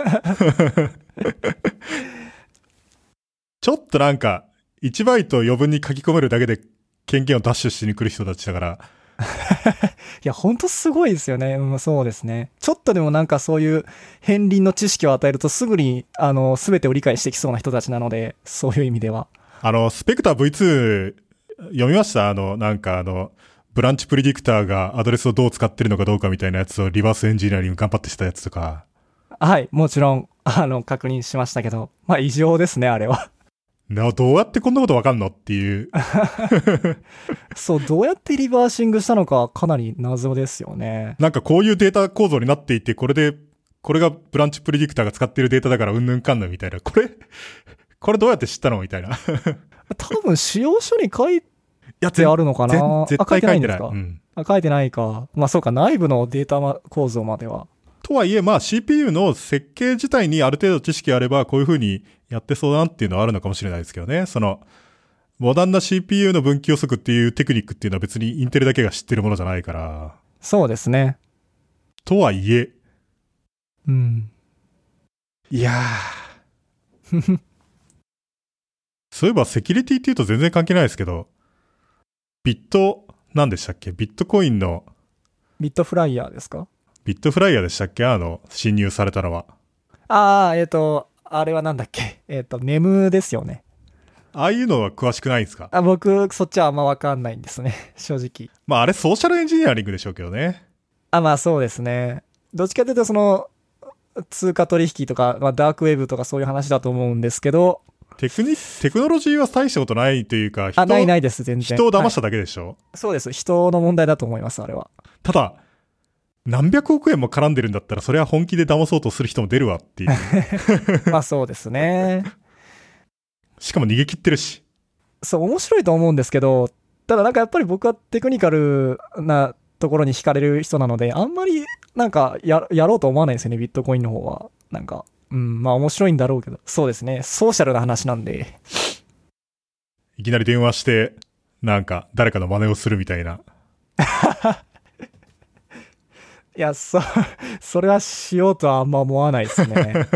ちょっとなんか、いちバイト余分に書き込めるだけで権限を奪取しに来る人たちだから。 いや、ほんとすごいですよね。うん、そうですね。ちょっとでもなんかそういう片鱗の知識を与えるとすぐに、あの、すべてを理解してきそうな人たちなので、そういう意味では。 あの、スペクター ブイツー 読みました？あの、なんかあの、ブランチプリディクターがアドレスをどう使ってるのかどうかみたいなやつをリバースエンジニアリング頑張ってしたやつとか。 はい、もちろん、あの、確認しましたけど、まあ異常ですね、あれは。 な、どうやってこんなことわかんのっていう。 そう、どうやってリバーシングしたのかかなり謎ですよね。 なんかこういうデータ構造になっていて、これで、これがブランチプリディクターが使ってるデータだからうんぬんかんぬんみたいな。これ、これどうやって知ったのみたいな。 多分使用書に書いてあるのかな。 絶対書いてない。 あ、書いてないんですか、 うん、 あ、書いてないか。まあそうか、内部のデータ構造までは。 とはいえ、まあ シーピーユー の設計自体にある程度知識あれば、こういう風にやってそうだなっていうのはあるのかもしれないですけどね。その、モダンな シーピーユー の分岐予測っていうテクニックっていうのは別にインテルだけが知ってるものじゃないから。 そうですね。 とはいえ。 うん。 いやー。そういえばセキュリティっていうと全然関係ないですけど、ビット、何でしたっけ？ビットコインの。 ビットフライヤーですか？ ビットフライヤーでしたっけ？あの、侵入されたのは。 ああ、えっと、あれはなんだっけ？えっと、ネムですよね。 ああいうのは詳しくないんですか？ あ、僕、そっちはあんまわかんないんですね。正直。 まあ、あれソーシャルエンジニアリングでしょうけどね。 あ、まあそうですね。どっちかというと、その、通貨取引とか、まあ、ダークウェブとかそういう話だと思うんですけど。 テクニ、テクノロジーは大したことないというか、人、 あ、ないないです、全然。 人を騙しただけでしょ、はい、 そうです。人の問題だと思います、あれは。 ただ、何百億円も絡んでるんだったら、それは本気で騙そうとする人も出るわっていう。 まあそうですね。 しかも逃げ切ってるし。 そう、面白いと思うんですけど、ただなんかやっぱり僕はテクニカルなところに惹かれる人なので、あんまりなんか や, やろうと思わないですよね、ビットコインの方は。なんか、うん、まあ面白いんだろうけど。そうですね、ソーシャルな話なんで。 いきなり電話して、なんか誰かの真似をするみたいな。 いや、そ、それはしようとはあんま思わないですね。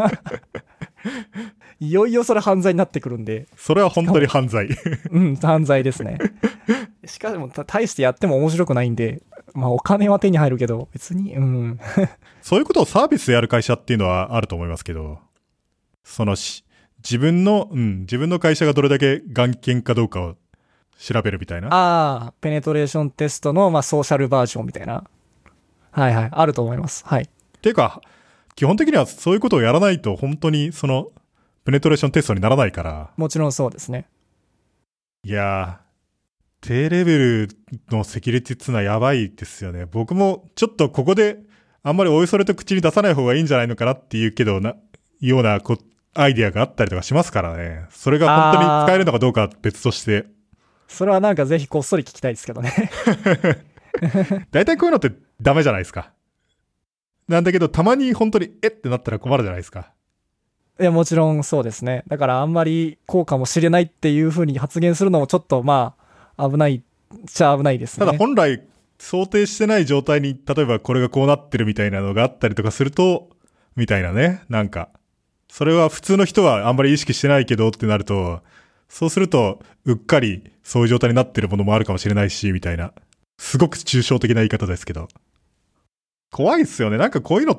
いよいよそれ犯罪になってくるんで。 それは本当に犯罪。 うん、犯罪ですね。しかも、大してやっても面白くないんで、まあお金は手に入るけど、別に、うん。 そういうことをサービスでやる会社っていうのはあると思いますけど、そのし、自分の、うん、自分の会社がどれだけ眼見かどうかを調べるみたいな。 ああ、ペネトレーションテストの、まあソーシャルバージョンみたいな。はいはい、あると思います。はい。 っていうか、基本的にはそういうことをやらないと本当にその、ペネトレーションテストにならないから。 もちろんそうですね。 いやー、低レベルのセキュリティってのはやばいですよね。僕もちょっとここであんまりおいそれと口に出さない方がいいんじゃないのかなっていうけどな、ようなこアイディアがあったりとかしますからね。それが本当に使えるのかどうかは別として。 それはなんかぜひこっそり聞きたいですけどね。 大体こういうのってダメじゃないですか。なんだけどたまに本当にえってなったら困るじゃないですか。 いや、もちろんそうですね。だからあんまりこうかもしれないっていう風に発言するのもちょっとまあ危ないっちゃ危ないですね。 ただ本来想定してない状態に例えばこれがこうなってるみたいなのがあったりとかするとみたいなね。なんかそれは普通の人はあんまり意識してないけどってなると、そうするとうっかりそういう状態になってるものもあるかもしれないしみたいな。すごく抽象的な言い方ですけど。怖いっすよね。なんかこういうのって、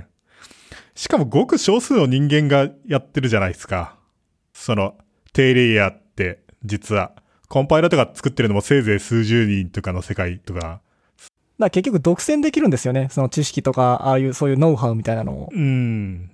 しかもごく少数の人間がやってるじゃないですか。その、低レイヤーって実は、コンパイラーとか作ってるのもせいぜい数十人とかの世界とか。だから結局独占できるんですよね。その知識とか、ああいうそういうノウハウみたいなのを。 うん。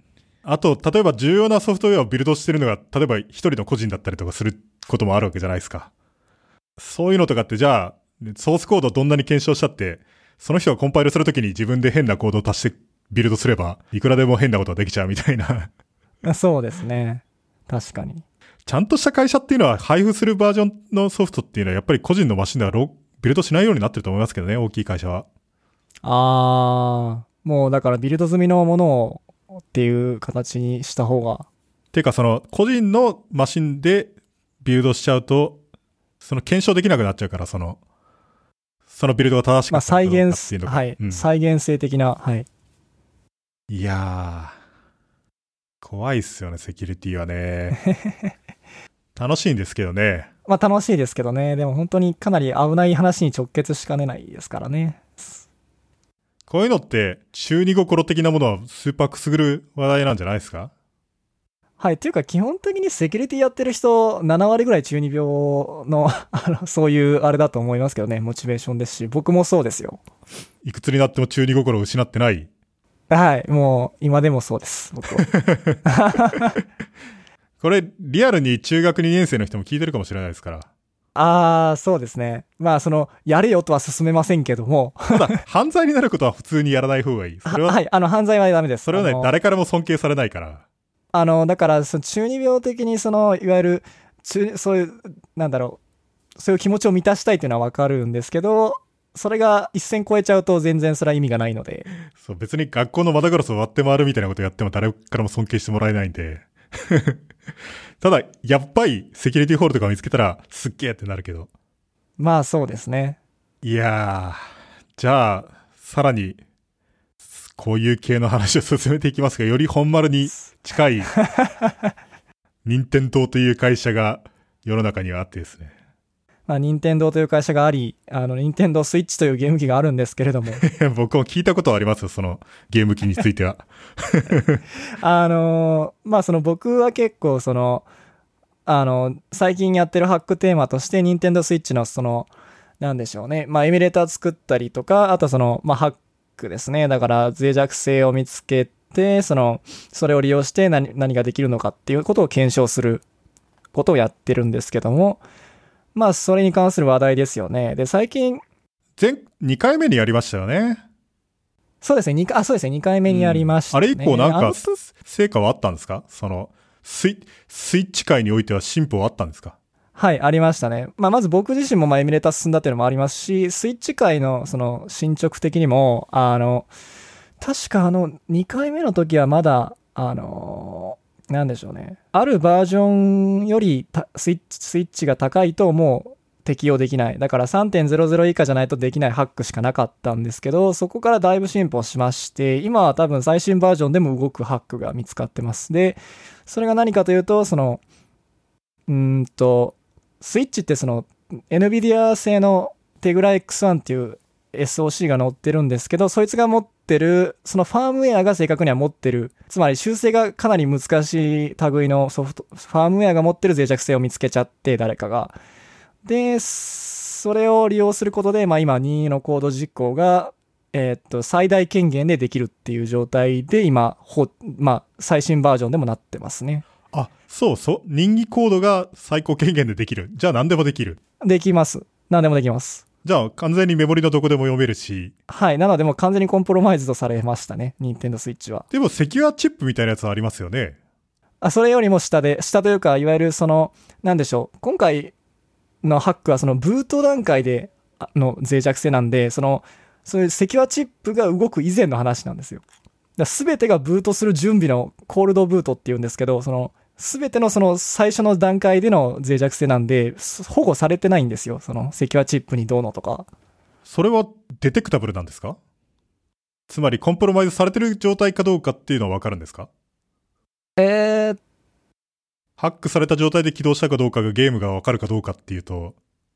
あと、例えば重要なソフトウェアをビルドしてるのが、例えば一人の個人だったりとかすることもあるわけじゃないですか。そういうのとかって、じゃあ、ソースコードをどんなに検証したって、その人がコンパイルするときに自分で変なコードを足してビルドすれば、いくらでも変なことができちゃうみたいな。 そうですね。確かに。 ちゃんとした会社っていうのは配布するバージョンのソフトっていうのはやっぱり個人のマシンではビルドしないようになってると思いますけどね、大きい会社は。 あー、もうだからビルド済みのものをっていう形にした方が。 てかその個人のマシンでビルドしちゃうと、その検証できなくなっちゃうから、その、そのビルドが正しかったかどうかっていうのが。 まあ、再現、はい、 うん、 再現性的な、はい。 いやー。怖いっすよね、セキュリティはね。楽しいんですけどね。 まあ楽しいですけどね。でも本当にかなり危ない話に直結しかねないですからね。 こういうのって中二心的なものはスーパーくすぐる話題なんじゃないですか？ はい。っていうか基本的にセキュリティやってる人なな割ぐらい中二病の、あの、そういうあれだと思いますけどね。モチベーションですし、僕もそうですよ。 いくつになっても中二心を失ってない？ はい。もう今でもそうです、僕は。 これリアルに中学にねん生の人も聞いてるかもしれないですから。 ああ、そうですね。まあその、やれよとは勧めませんけども。 ただ、犯罪になることは普通にやらない方がいい。それは、 はい。あの、犯罪はダメです。 それはね、誰からも尊敬されないから。 あの、だから、その中二病的にその、いわゆる、中、そういう、なんだろう、そういう気持ちを満たしたいというのはわかるんですけど、それが一線超えちゃうと全然それは意味がないので。 そう、別に学校の窓ガラスを割って回るみたいなことやっても誰からも尊敬してもらえないんで。ただ、やっぱりセキュリティホールとか見つけたら、すっげーってなるけど。 まあそうですね。 いやー、じゃあ、さらに、こういう系の話を進めていきますが、より本丸に近い、任天堂という会社が世の中にはあってですね。 まあ、任天堂という会社があり、あの、任天堂スイッチというゲーム機があるんですけれども。 僕も聞いたことはありますよ、そのゲーム機については。 あの、まあその僕は結構その、あの、最近やってるハックテーマとして、任天堂スイッチのその、なんでしょうね。まあエミュレーター作ったりとか、あとその、まあハックですね。だから脆弱性を見つけて、その、それを利用して何、何ができるのかっていうことを検証することをやってるんですけども、まあそれに関する話題ですよね。で、最近、 前、にかいめにやりましたよね。 そうですね、にかい、あ、そうですね、にかいめにやりましたね。 うん、あれ以降なんか、成果はあったんですか？その、スイ、スイッチ界においては進歩はあったんですか？ はい、ありましたね。まあ、まず僕自身もまあエミュレーター進んだっていうのもありますし、スイッチ界のその進捗的にも、あの、確かあの、にかいめの時はまだ、あの、なんでしょうね。あるバージョンよりスイッチ、スイッチが高いともう適用できない。だから さんてんゼロゼロ 以下じゃないとできないハックしかなかったんですけど、そこからだいぶ進歩しまして、今は多分最新バージョンでも動くハックが見つかってます。で、それが何かというと、その、うーんと、スイッチってその エヌビディア 製のテグラ エックスワン っていう エスオーシー が載ってるんですけど、そいつが持ってる、そのファームウェアが正確には持ってる、つまり修正がかなり難しい類のソフト、ファームウェアが持ってる脆弱性を見つけちゃって、誰かが。で、それを利用することで、まあ今任意のコード実行が、えー、っと、最大権限でできるっていう状態で今、ほ、まあ最新バージョンでもなってますね。 あ、そうそう。任意コードが最高権限でできる。じゃあ何でもできる。 できます。何でもできます。 じゃあ完全にメモリのどこでも読めるし。 はい。なのでもう完全にコンプロマイズとされましたね。ニンテンドースイッチは。 でもセキュアチップみたいなやつはありますよね。 あ、それよりも下で、下というか、いわゆるその、なんでしょう。今回のハックはそのブート段階での脆弱性なんで、その、そういうセキュアチップが動く以前の話なんですよ。すべてがブートする準備のコールドブートっていうんですけど、その、すべてのその最初の段階での脆弱性なんで、保護されてないんですよ。そのセキュアチップにどうのとか。 それはデテクタブルなんですか？つまりコンプロマイズされてる状態かどうかっていうのはわかるんですか？ えー、 ハックされた状態で起動したかどうかがゲームがわかるかどうかっていうと。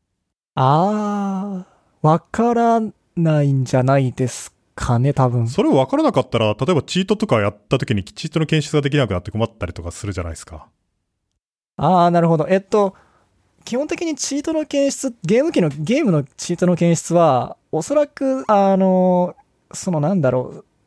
あー、わからないんじゃないですか。かね、多分。 それを分からなかったら、例えばチートとかやった時にチートの検出ができなくなって困ったりとかするじゃないですか。 ああ、なるほど。えっと、基本的にチートの検出、ゲーム機の、ゲームのチートの検出は、おそらく、あの、そのなんだろう、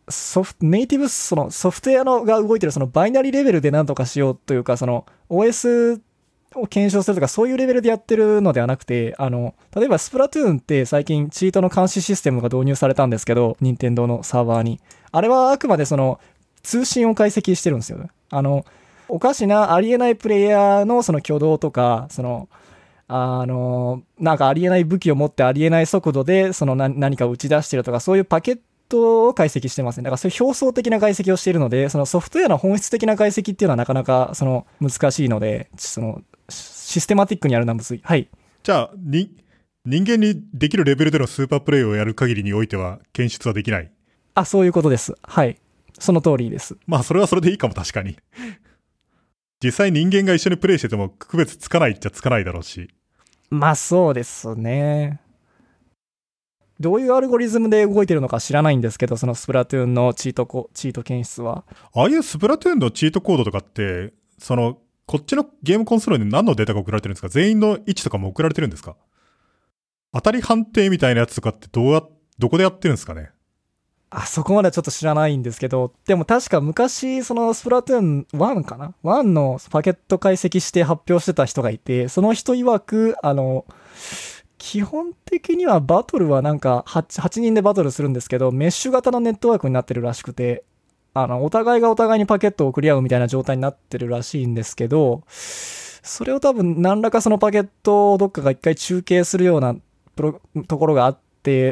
ソフト、ネイティブ、そのソフトウェアのが動いてるそのバイナリレベルで何とかしようというか、その オーエス を検証するとかそういうレベルでやってるのではなくて、あの、例えばスプラトゥーンって最近チートの監視システムが導入されたんですけど、任天堂のサーバーに。あれはあくまでその通信を解析してるんですよ。あの、おかしなありえないプレイヤーのその挙動とか、その、あの、なんかありえない武器を持ってありえない速度でその何何かを打ち出してるとか、そういうパケットを解析してますね。だからそういう表層的な解析をしているので、そのソフトウェアの本質的な解析っていうのはなかなかその難しいので、そのシステマティックにやるのはむずい。はい。 じゃあ、に、人間にできるレベルでのスーパープレイをやる限りにおいては検出はできない。 あ、そういうことです。はい。その通りです。 まあ、それはそれでいいかも、確かに。実際人間が一緒にプレイしてても区別つかないっちゃつかないだろうし。 まあ、そうですね。どういうアルゴリズムで動いてるのか知らないんですけど、そのスプラトゥーンのチートコ、チート検出は。 ああいうスプラトゥーンのチートコードとかって、その、こっちのゲームコンソールに何のデータが送られてるんですか？全員の位置とかも送られてるんですか？当たり判定みたいなやつとかってどうや、どこでやってるんですかね？ あ、そこまではちょっと知らないんですけど、でも確か昔、そのスプラトゥーンワンかな ?ワン のパケット解析して発表してた人がいて、その人曰く、あの、基本的にはバトルはなんか 8, はちにんでバトルするんですけど、メッシュ型のネットワークになってるらしくて、あの、お互いがお互いにパケットを送り合うみたいな状態になってるらしいんですけど、それを多分何らかそのパケットをどっかが一回中継するようなプロところがあって、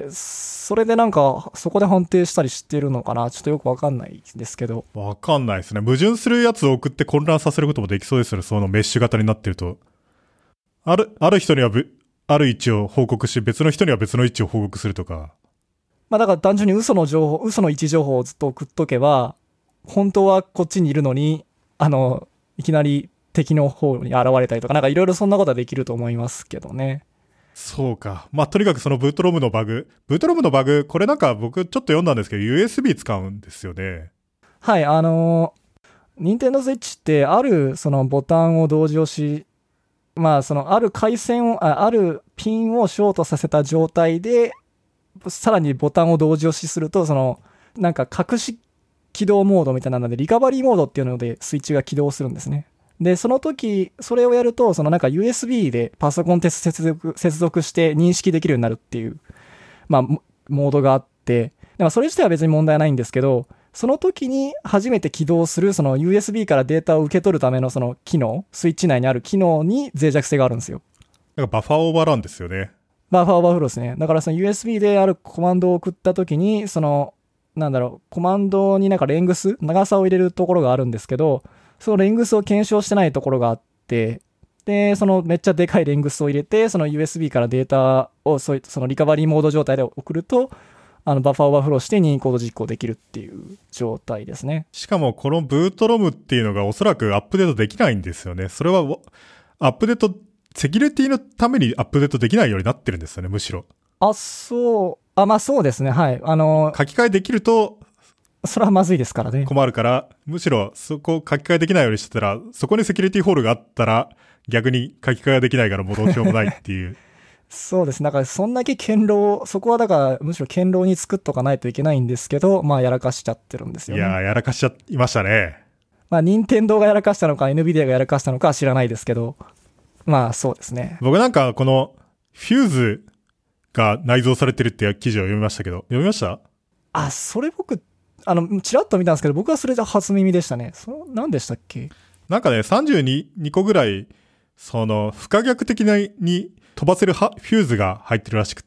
それでなんかそこで判定したりしてるのかな、ちょっとよくわかんないですけど。 わかんないですね。矛盾するやつを送って混乱させることもできそうですよね。そのメッシュ型になってると。ある、ある人にはぶ、ある位置を報告し、別の人には別の位置を報告するとか。 まあだから単純に嘘の情報、嘘の位置情報をずっと送っとけば、本当はこっちにいるのに、あの、いきなり敵の方に現れたりとか、なんかいろいろそんなことはできると思いますけどね。 そうか。まあ、とにかくそのブートロムのバグ。ブートロムのバグ、これなんか僕ちょっと読んだんですけど、ユーエスビー 使うんですよね。 はい、あの、Nintendo Switch ってあるそのボタンを同時押し、まあそのある回線を、あ、あるピンをショートさせた状態で、さらにボタンを同時押しすると、その、なんか隠し起動モードみたいなので、リカバリーモードっていうのでスイッチが起動するんですね。で、その時、それをやると、そのなんか ユーエスビー でパソコンと接続、接続して認識できるようになるっていう、まあ、モードがあって、でもそれ自体は別に問題ないんですけど、その時に初めて起動する、その ユーエスビー からデータを受け取るためのその機能、スイッチ内にある機能に脆弱性があるんですよ。 なんかバッファーオーバーランですよね。 バッファーオーバーフローですね。だからその ユーエスビー であるコマンドを送った時に、その、なんだろう、コマンドになんかレングス、長さを入れるところがあるんですけど、そのレングスを検証してないところがあって、で、そのめっちゃでかいレングスを入れて、その ユーエスビー からデータをそういったそのリカバリーモード状態で送ると、あのバッファーオーバーフローして任意コード実行できるっていう状態ですね。 しかもこのブートロムっていうのがおそらくアップデートできないんですよね。それはアップデート、セキュリティのためにアップデートできないようになってるんですよね、むしろ。 あ、そう、あ、まあそうですね、はい。あの、 書き換えできると、 それはまずいですからね。 困るから、むしろそこ書き換えできないようにしてたら、そこにセキュリティホールがあったら、逆に書き換えができないからもうどうしようもないっていう。 そうです。だからそんだけ堅牢、そこはだからむしろ堅牢に作っとかないといけないんですけど、まあやらかしちゃってるんですよね。 いやー、やらかしちゃいましたね。 まあ任天堂がやらかしたのか エヌビディア がやらかしたのかは知らないですけど、まあそうですね。 僕なんかこのフューズが内蔵されてるっていう記事を読みましたけど、読みました？ あ、それ僕、あの、ちらっと見たんですけど、僕はそれで初耳でしたね。そ何でしたっけ？ なんかね、さんじゅうにこぐらい、その、不可逆的に飛ばせるフューズが入ってるらしくって、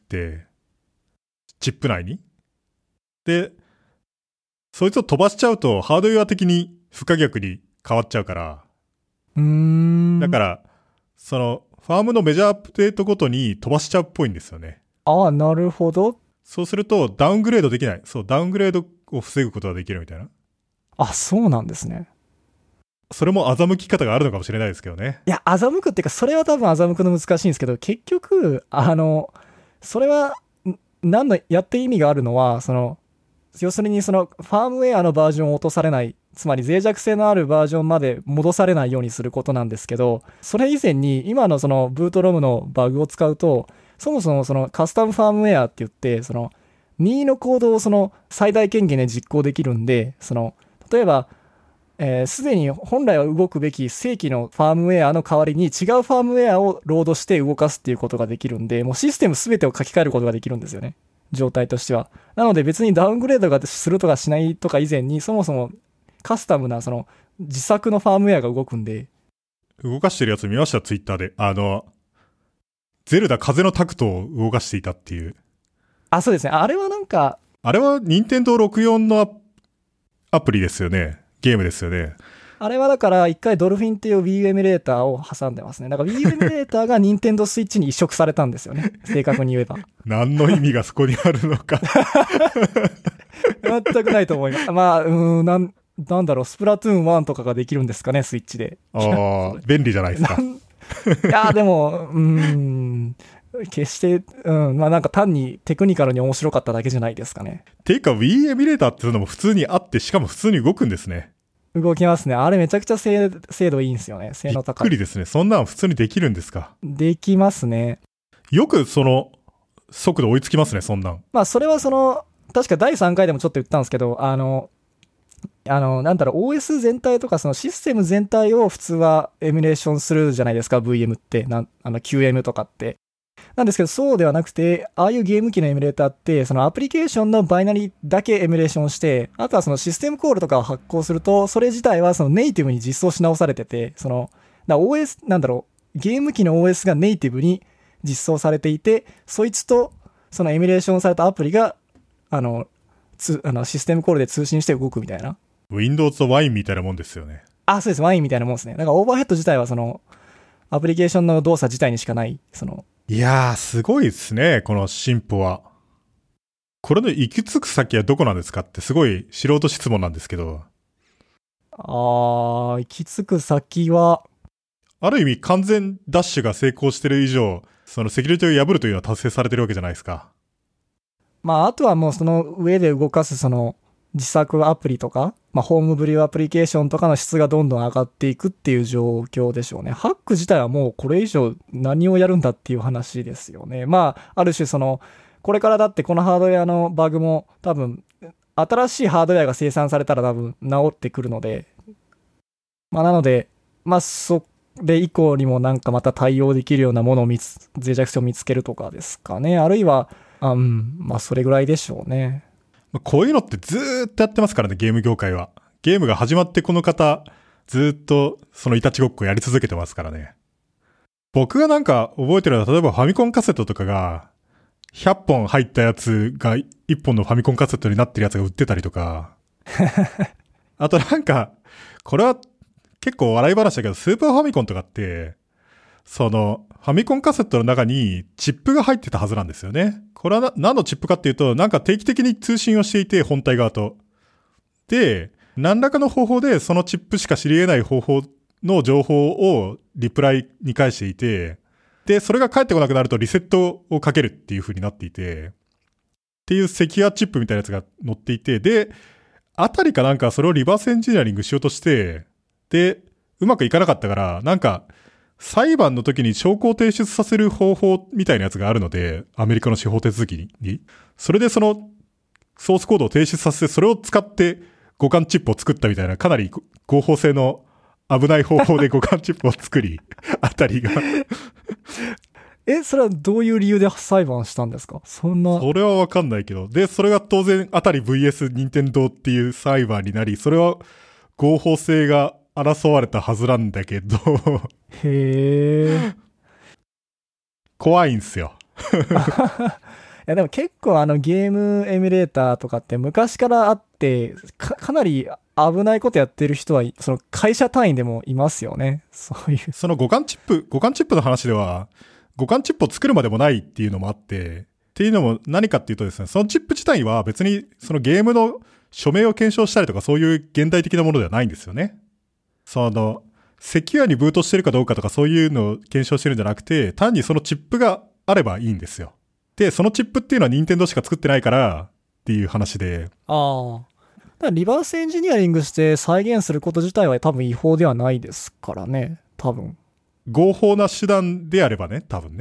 チップ内に。で、そいつを飛ばしちゃうと、ハードウェア的に不可逆に変わっちゃうから。 うーん。 だから、その、ファームのメジャーアップデートごとに飛ばしちゃうっぽいんですよね。 ああ、なるほど。 そうすると、ダウングレードできない。そう、ダウングレードを防ぐことができるみたいな。 あ、そうなんですね。 それも欺き方があるのかもしれないですけどね。 いや、欺くっていうか、それは多分欺くの難しいんですけど、結局、あの、それは、何の、やって意味があるのは、その、要するにその、ファームウェアのバージョンを落とされない、つまり脆弱性のあるバージョンまで戻されないようにすることなんですけど、それ以前に、今のその、ブートロムのバグを使うと、そもそもその、カスタムファームウェアって言って、その、 任意のコードをその最大権限で実行できるんで、その例えばえー、すでに本来は動くべき正規のファームウェアの代わりに違うファームウェアをロードして動かすっていうことができるんで、もうシステム全てを書き換えることができるんですよね、状態としては。なので別にダウングレードがするとかしないとか以前に、そもそもカスタムなその自作のファームウェアが動くんで。 動かしてるやつ見ました、ツイッターで。あの、ゼルダ風のタクトを動かしていたっていう。 あ、そうですね。あれはなんか。 あれは任天堂ろくじゅうよんのアプリですよね。ゲームですよね。 あれはだから一回ドルフィンっていう Wii U エミュレーターを挟んでますね。だから Wii U エミュレーターが任天堂スイッチに移植されたんですよね。正確に言えば。 何の意味がそこにあるのか。 全くないと思います。まあ、うーん、なん、なんだろう、スプラトゥーンワンとかができるんですかね、スイッチで。 ああ、便利じゃないですか。 いや、でも、うーん、決して、うん、まあなんか単にテクニカルに面白かっただけじゃないですかね。 ていうか Wii エミュレーターっていうのも普通にあって、しかも普通に動くんですね。 動きますね。あれめちゃくちゃ精精度いいんですよね。性能高い。 びっくりですね。そんなの普通にできるんですか。 できますね。 よくその速度追いつきますね、そんなん。 まあそれはその、確かだいさんかいでもちょっと言ったんですけど、あの、あの、なんだろう、オーエス 全体とかそのシステム全体を普通はエミュレーションするじゃないですか、ブイエムって。なんあの キューエム とかって。なんですけど、そうではなくて、ああいうゲーム機のエミュレーターって、そのアプリケーションのバイナリーだけエミュレーションして、あとはそのシステムコールとかを発行すると、それ自体はそのネイティブに実装し直されてて、その、だ オーエス、なんだろう、ゲーム機の オーエス がネイティブに実装されていて、そいつとそのエミュレーションされたアプリが、あの、つあのシステムコールで通信して動くみたいな。 Windows と ワイン みたいなもんですよね。 あ、そうです。ワインみたいなもんですね。だからオーバーヘッド自体はその、アプリケーションの動作自体にしかない、その、 いやー、すごいですね、この進歩は。これの行き着く先はどこなんですかってすごい素人質問なんですけど。 あー、行き着く先は、 ある意味完全ダッシュが成功してる以上、そのセキュリティを破るというのは達成されてるわけじゃないですか。 まあ、あとはもうその上で動かすその自作アプリとか、まあ、ホームブリューアプリケーションとかの質がどんどん上がっていくっていう状況でしょうね。ハック自体はもうこれ以上何をやるんだっていう話ですよね。まあ、ある種その、これからだってこのハードウェアのバグも多分、新しいハードウェアが生産されたら多分治ってくるので、まあなので、まあそれ以降にもなんかまた対応できるようなものを見つ、脆弱性を見つけるとかですかね。あるいは、あうん、まあそれぐらいでしょうね。 こういうのってずーっとやってますからね、ゲーム業界は。ゲームが始まってこの方、ずーっとそのいたちごっこやり続けてますからね。僕がなんか覚えてるのは、例えばファミコンカセットとかが、ひゃっぽん入ったやつがいっぽんのファミコンカセットになってるやつが売ってたりとか。あとなんか、これは結構笑い話だけど、スーパーファミコンとかって、その、ファミコンカセットの中にチップが入ってたはずなんですよね。これはな何のチップかっていうと、なんか定期的に通信をしていて、本体側と。で、何らかの方法でそのチップしか知り得ない方法の情報をリプライに返していて、で、それが返ってこなくなるとリセットをかけるっていう風になっていて、っていうセキュアチップみたいなやつが載っていて、で、あたりかなんかそれをリバースエンジニアリングしようとして、で、うまくいかなかったから、なんか、裁判の時に証拠を提出させる方法みたいなやつがあるので、アメリカの司法手続きに。それでそのソースコードを提出させて、それを使って互換チップを作ったみたいな、かなり合法性の危ない方法で互換チップを作り、あたりが。 え、それはどういう理由で裁判したんですか？そんな。 それはわかんないけど。で、それが当然あたり ブイエス 任天堂っていう裁判になり、それは合法性が争われたはずなんだけどへー怖いんすよいやでも結構あのゲームエミュレーターとかって昔からあって か, かなり危ないことやってる人はその会社単位でもいますよね。そういうその互換チップ互換チップの話では互換チップを作るまでもないっていうのもあってっていうのも何かっていうとですね、そのチップ自体は別にそのゲームの署名を検証したりとかそういう現代的なものではないんですよね。そのセキュアにブートしてるかどうかとかそういうのを検証してるんじゃなくて、単にそのチップがあればいいんですよ。で、そのチップっていうのは任天堂しか作ってないからっていう話で。 ああ。だからリバースエンジニアリングして再現すること自体は多分違法ではないですからね。多分。 合法な手段であればね、多分ね。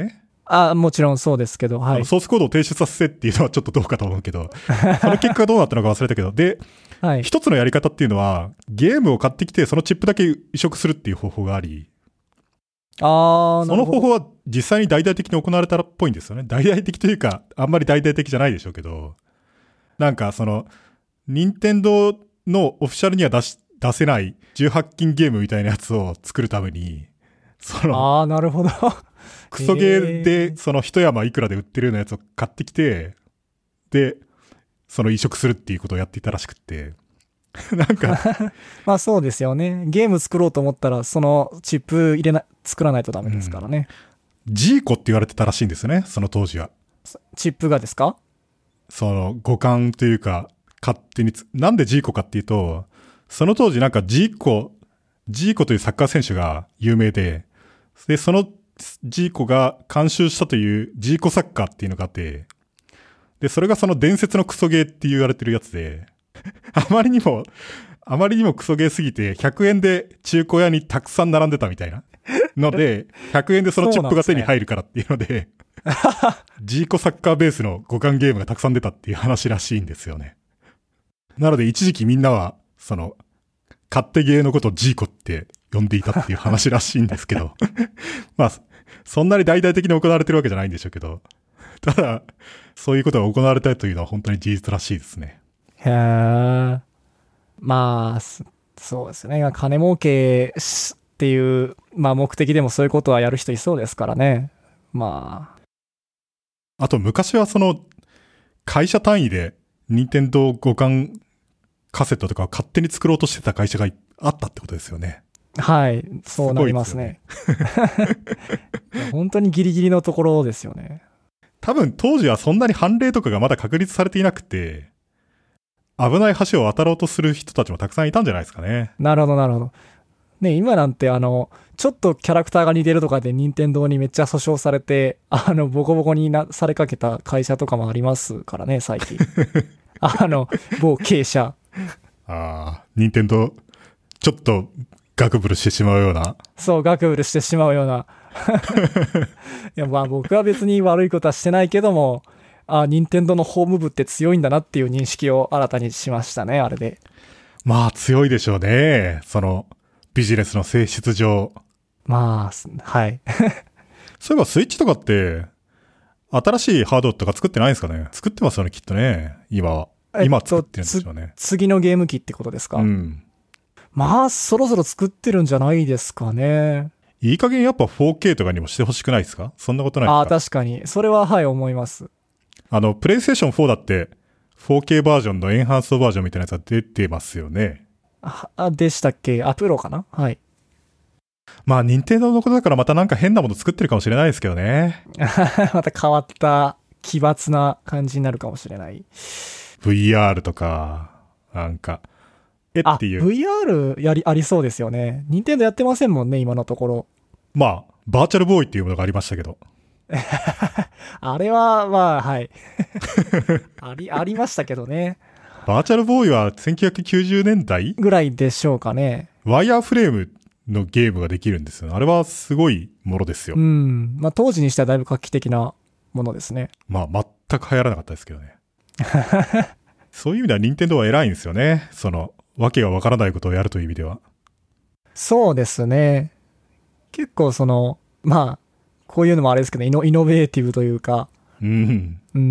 あ、もちろんそうですけど、はい。 ソースコードを提出させてっていうのはちょっとどうかと思うけど、その結果がどうなったのか忘れたけど、で、はい、一つのやり方っていうのは、ゲームを買ってきて、そのチップだけ移植するっていう方法があり、 あその方法は実際に大々的に行われたっぽいんですよね。大々的というか、あんまり大々的じゃないでしょうけど、なんかその、任天堂のオフィシャルには出し、出せないじゅうはち禁ゲームみたいなやつを作るために、その、 ああ、なるほど。 クソゲーで、その一山いくらで売ってるようなやつを買ってきて、で、その移植するっていうことをやっていたらしくって、なんか。 まあそうですよね。ゲーム作ろうと思ったら、そのチップ入れな、作らないとダメですからね。 うん、ジーコって言われてたらしいんですね、その当時は。 チップがですか？ その、互換というか、勝手につ、なんでジーコかっていうと、その当時なんかジーコ、ジーコというサッカー選手が有名で、で、そのジーコが監修したというジーコサッカーっていうのがあって、で、それがその伝説のクソゲーって言われてるやつで、あまりにも、あまりにもクソゲーすぎて、ひゃくえんで中古屋にたくさん並んでたみたいなので、ひゃくえんでそのチップが手に入るからっていうので、ジーコサッカーベースの互換ゲームがたくさん出たっていう話らしいんですよね。なので一時期みんなは、その、勝手ゲーのことをジーコって呼んでいたっていう話らしいんですけど、まあ、そんなに大々的に行われてるわけじゃないんでしょうけど、ただ、そういうことが行われたというのは本当に事実らしいですね。 へー。まあ、そうですね。金儲けっていう、まあ目的でもそういうことはやる人いそうですからね。まあ。あと昔はその、会社単位で任天堂互換カセットとかを勝手に作ろうとしてた会社があったってことですよね。 はい、そうなりますね。本当にギリギリのところですよね。 多分当時はそんなに判例とかがまだ確立されていなくて、危ない橋を渡ろうとする人たちもたくさんいたんじゃないですかね。 なるほど、なるほど。ね、今なんてあの、ちょっとキャラクターが似てるとかで任天堂にめっちゃ訴訟されて、あの、ボコボコになされかけた会社とかもありますからね、最近。あの、某経営者。 ああ、任天堂、ちょっとガクブルしてしまうような。 そう、ガクブルしてしまうような。いや、まあ僕は別に悪いことはしてないけども、あ、任天堂のホーム部って強いんだなっていう認識を新たにしましたね、あれで。 まあ強いでしょうね。そのビジネスの性質上。 まあ、はい。 そういえばスイッチとかって、新しいハードとか作ってないんですかね？作ってますよね、きっとね。今は。今作ってるんですよね。 次のゲーム機ってことですか？ うん。 まあ、そろそろ作ってるんじゃないですかね。 いい加減やっぱ フォーケー とかにもしてほしくないですか？そんなことないですか？ ああ、確かに。それは、はい、思います。 あの、プレイステーションフォーだって、フォーケー バージョンのエンハンストバージョンみたいなやつが出てますよね。 あ、でしたっけ？あ、プロかな？はい。 まあ、任天堂のことだからまたなんか変なもの作ってるかもしれないですけどね。 また変わった、奇抜な感じになるかもしれない。 ブイアール とか、なんか、えっていう。 あ、ブイアール やり、ありそうですよね。任天堂やってませんもんね、今のところ。 まあ、バーチャルボーイっていうものがありましたけど。 あれは、まあ、はい。あり、ありましたけどね。 バーチャルボーイはせんきゅうひゃくきゅうじゅうねんだいぐらいでしょうかね。 ワイヤーフレームのゲームができるんですよ。あれはすごいものですよ。 うん。まあ当時にしてはだいぶ画期的なものですね。 まあ全く流行らなかったですけどね。そういう意味では任天堂は偉いんですよね。その、わけがわからないことをやるという意味では。 そうですね。結構その、まあ、こういうのもあれですけど、イノ、イノベーティブというか、 うん。 うん。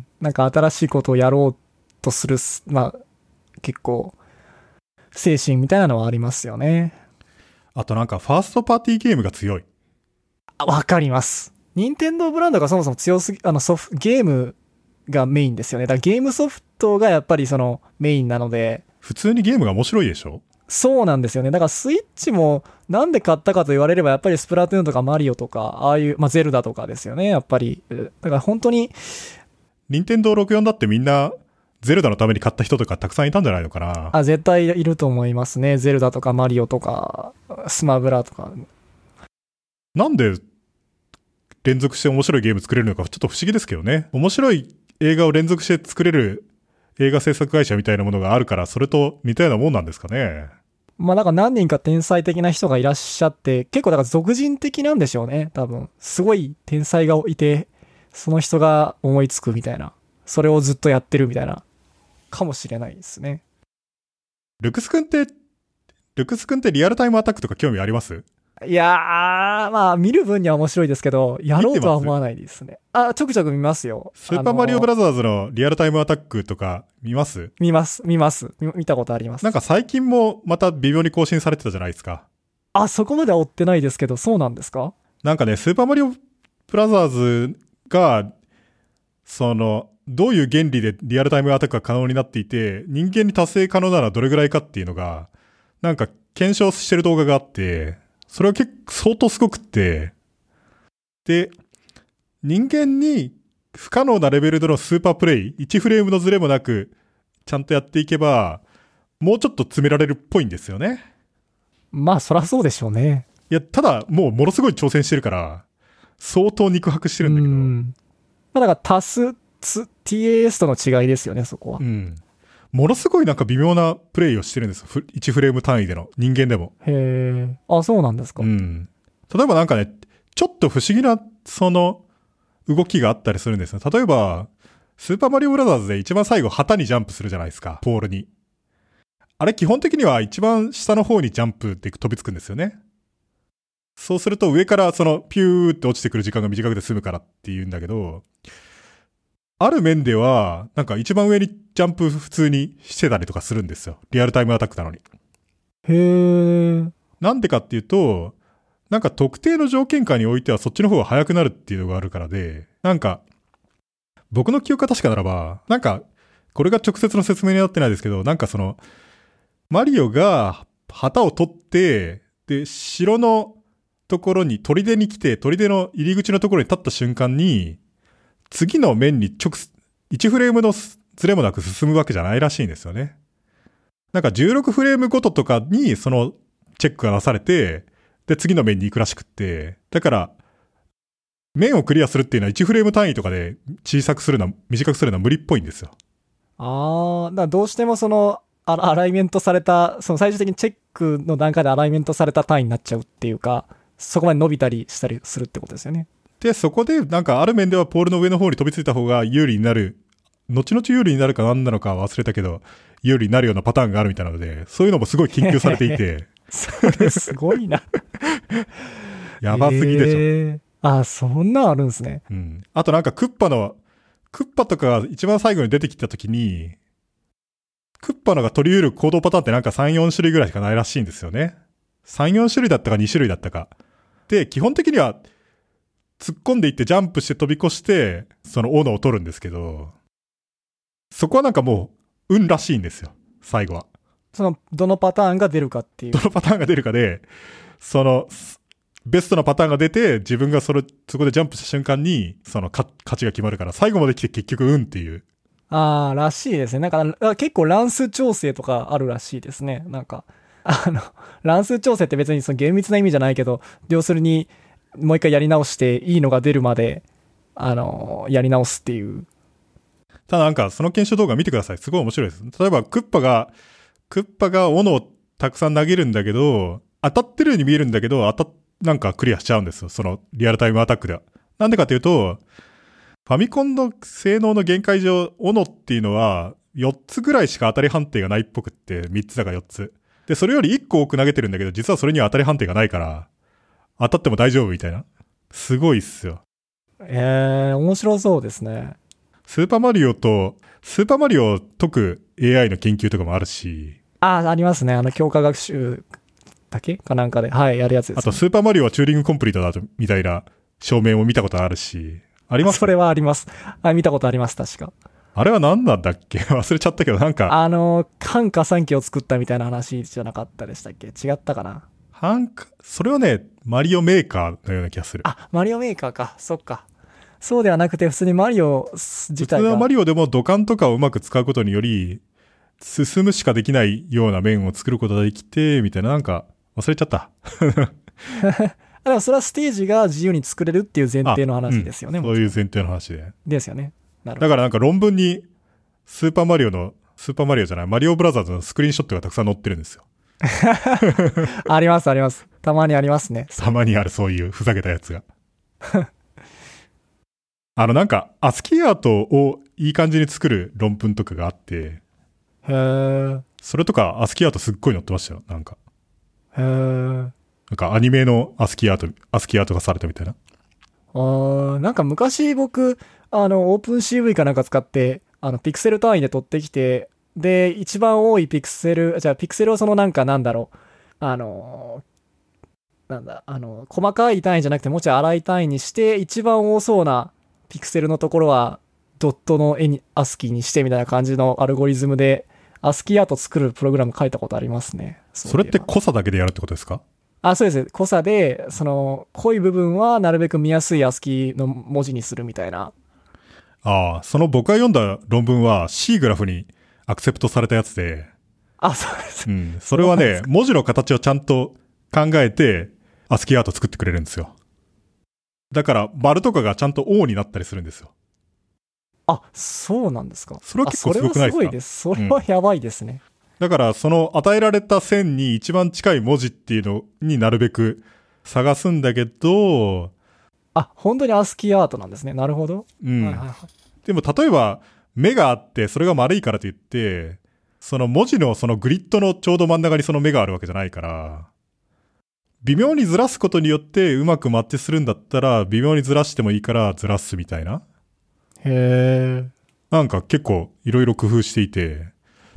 なんか新しいことをやろうとする、まあ、結構、精神みたいなのはありますよね。 あとなんかファーストパーティーゲームが強い。 あ、わかります。任天堂ブランドがそもそも強すぎ、あのソフ、ゲームがメインですよね。だからゲームソフトがやっぱりそのメインなので。 普通にゲームが面白いでしょ？ そうなんですよね。だからスイッチもなんで買ったかと言われればやっぱりスプラトゥーンとかマリオとか、ああいう、まあゼルダとかですよね。やっぱり。だから本当に。 任天堂ろくじゅうよんだってみんなゼルダのために買った人とかたくさんいたんじゃないのかな。 あ、絶対いると思いますね。ゼルダとかマリオとか、スマブラとか。 なんで連続して面白いゲーム作れるのかちょっと不思議ですけどね。面白い映画を連続して作れる映画制作会社みたいなものがあるから、それと似たようなもんなんですかね。 まあなんか何人か天才的な人がいらっしゃって、結構だから俗人的なんでしょうね、多分。すごい天才がいて、その人が思いつくみたいな。それをずっとやってるみたいな。かもしれないですね。 ルクス君って、ルクス君ってリアルタイムアタックとか興味あります？ いやー、まあ見る分には面白いですけど、やろうとは思わないですね。あ、ちょくちょく見ますよ。 スーパーマリオブラザーズのリアルタイムアタックとか見ます？ 見ます、見ます。見、見たことあります。 なんか最近もまた微妙に更新されてたじゃないですか。 あ、そこまでは追ってないですけど、そうなんですか？ なんかね、スーパーマリオブラザーズが、その、どういう原理でリアルタイムアタックが可能になっていて、人間に達成可能ならどれぐらいかっていうのが、なんか検証してる動画があって、それは結構相当すごくって、で、人間に不可能なレベルでのスーパープレイ、いちフレームのズレもなく、ちゃんとやっていけば、もうちょっと詰められるっぽいんですよね。 まあ、そらそうでしょうね。 いや、ただ、もうものすごい挑戦してるから、相当肉薄してるんだけど。うん。 まあ、だから足す、ティーエーエス との違いですよね、そこは。 うん。ものすごいなんか微妙なプレイをしてるんですよ。いちフレーム単位での人間でも。 へえ。あ、そうなんですか。 うん。例えばなんかね、ちょっと不思議な、その、動きがあったりするんですよ。例えば、スーパーマリオブラザーズで一番最後旗にジャンプするじゃないですか。ポールに。あれ基本的には一番下の方にジャンプで飛びつくんですよね。そうすると上からそのピューって落ちてくる時間が短くて済むからっていうんだけど、ある面では、なんか一番上にジャンプ普通にしてたりとかするんですよ。リアルタイムアタックなのに。 へー。 なんでかっていうと、なんか特定の条件下においてはそっちの方が速くなるっていうのがあるからで、なんか、僕の記憶が確かならば、なんか、これが直接の説明になってないですけど、なんかその、マリオが旗を取って、で、城のところに砦に来て、砦の入り口のところに立った瞬間に、次の面に直、いちフレームのズレもなく進むわけじゃないらしいんですよね。なんかじゅうろくフレームごととかにそのチェックがなされて、で、次の面に行くらしくって、だから、面をクリアするっていうのはいちフレーム単位とかで小さくするのは、短くするのは無理っぽいんですよ。 ああ、だからどうしてもその、アライメントされた、その最終的にチェックの段階でアライメントされた単位になっちゃうっていうか、そこまで伸びたりしたりするってことですよね。 で、そこでなんかある面ではポールの上の方に飛びついた方が有利になる、後々有利になるか何なのか忘れたけど、有利になるようなパターンがあるみたいなので、そういうのもすごい研究されていて。 それすごいな。 やばすぎでしょ。 えー、あ、そんなんあるんですね。 うん。あとなんかクッパの、クッパとかが一番最後に出てきた時に、クッパのが取り得る行動パターンってなんかさん、よん種類ぐらいしかないらしいんですよね。さん、よん種類だったかに種類だったか。で、基本的には突っ込んでいってジャンプして飛び越して、その斧を取るんですけど、そこはなんかもう運らしいんですよ、最後は。 その、どのパターンが出るかっていう。 どのパターンが出るかで、その、ベストなパターンが出て、自分がそれ、そこでジャンプした瞬間に、その勝ちが決まるから、最後まで来て結局運っていう。 ああ、らしいですね。なんか、結構乱数調整とかあるらしいですね。なんか、あの、乱数調整って別にその厳密な意味じゃないけど、要するに、もう一回やり直して、いいのが出るまで、あの、やり直すっていう。 ただなんか、その検証動画見てください。すごい面白いです。例えば、クッパが、クッパが斧をたくさん投げるんだけど、当たってるように見えるんだけど、当たっ、なんかクリアしちゃうんですよ。その、リアルタイムアタックでは。なんでかっていうと、ファミコンの性能の限界上、斧っていうのはよっつぐらいしか当たり判定がないっぽくって、みっつだかよっつ。で、それよりいっこ多く投げてるんだけど、実はそれには当たり判定がないから、当たっても大丈夫みたいな。すごいっすよ。 えー、面白そうですね。 スーパーマリオと、スーパーマリオを解く エーアイ の研究とかもあるし。 ああ、ありますね。あの、強化学習だけかなんかで、はい、やるやつです、ね。 あと、スーパーマリオはチューリングコンプリートだと、みたいな証明も見たことあるし。あります？ それはあります。あ、見たことあります、確か。 あれは何なんだっけ忘れちゃったけど、なんか。 あの、半加算機を作ったみたいな話じゃなかったでしたっけ？違ったかな？ 半加、それはね、マリオメーカーのような気がする。 あ、マリオメーカーか。そっか。そうではなくて、普通にマリオ自体が。 普通はマリオでも土管とかをうまく使うことにより、進むしかできないような面を作ることができて、みたいな、なんか、忘れちゃった。 でもそれはステージが自由に作れるっていう前提の話ですよね。 うん、そういう前提の話で。 ですよね。 なるほど。だからなんか論文に、スーパーマリオの、スーパーマリオじゃない、マリオブラザーズのスクリーンショットがたくさん載ってるんですよ。 ありますあります。たまにありますね。 たまにある、そういうふざけたやつが。あのなんか、アスキーアートをいい感じに作る論文とかがあって、 へー。 それとかアスキーアートすっごい載ってましたよ、なんか。 へー。 なんかアニメのアスキーアート、アスキーアートがされたみたいな。 あー、なんか昔僕、あの、オープン シーブイ かなんか使って、あの、ピクセル単位で取ってきて、で、一番多いピクセル、じゃあピクセルをそのなんかなんだろう、あの、なんだ、あの、細かい単位じゃなくてもうちょい粗い単位にして、一番多そうなピクセルのところは、ドットの絵に、アスキーにしてみたいな感じのアルゴリズムで、アスキーアート作るプログラム書いたことありますね。 それって濃さだけでやるってことですか？ あ、そうです。濃さで、その、濃い部分はなるべく見やすいアスキーの文字にするみたいな。 ああ、その僕が読んだ論文は C グラフにアクセプトされたやつで、 あ、そうです。 うん。それはね、文字の形をちゃんと考えて、アスキーアート作ってくれるんですよ。だから、丸とかがちゃんと O になったりするんですよ。 あ、そうなんですか。 それは結構すごくないですか？ それはすごいです。それはやばいですね。 だから、その与えられた線に一番近い文字っていうのになるべく探すんだけど、 あ、本当にアスキーアートなんですね。なるほど。 うん。 はいはいはい、 でも、例えば、目があって、それが丸いからといって、その文字のそのグリッドのちょうど真ん中にその目があるわけじゃないから、微妙にずらすことによってうまくマッチするんだったら、微妙にずらしてもいいからずらすみたいな。 へー。 なんか結構いろいろ工夫していて。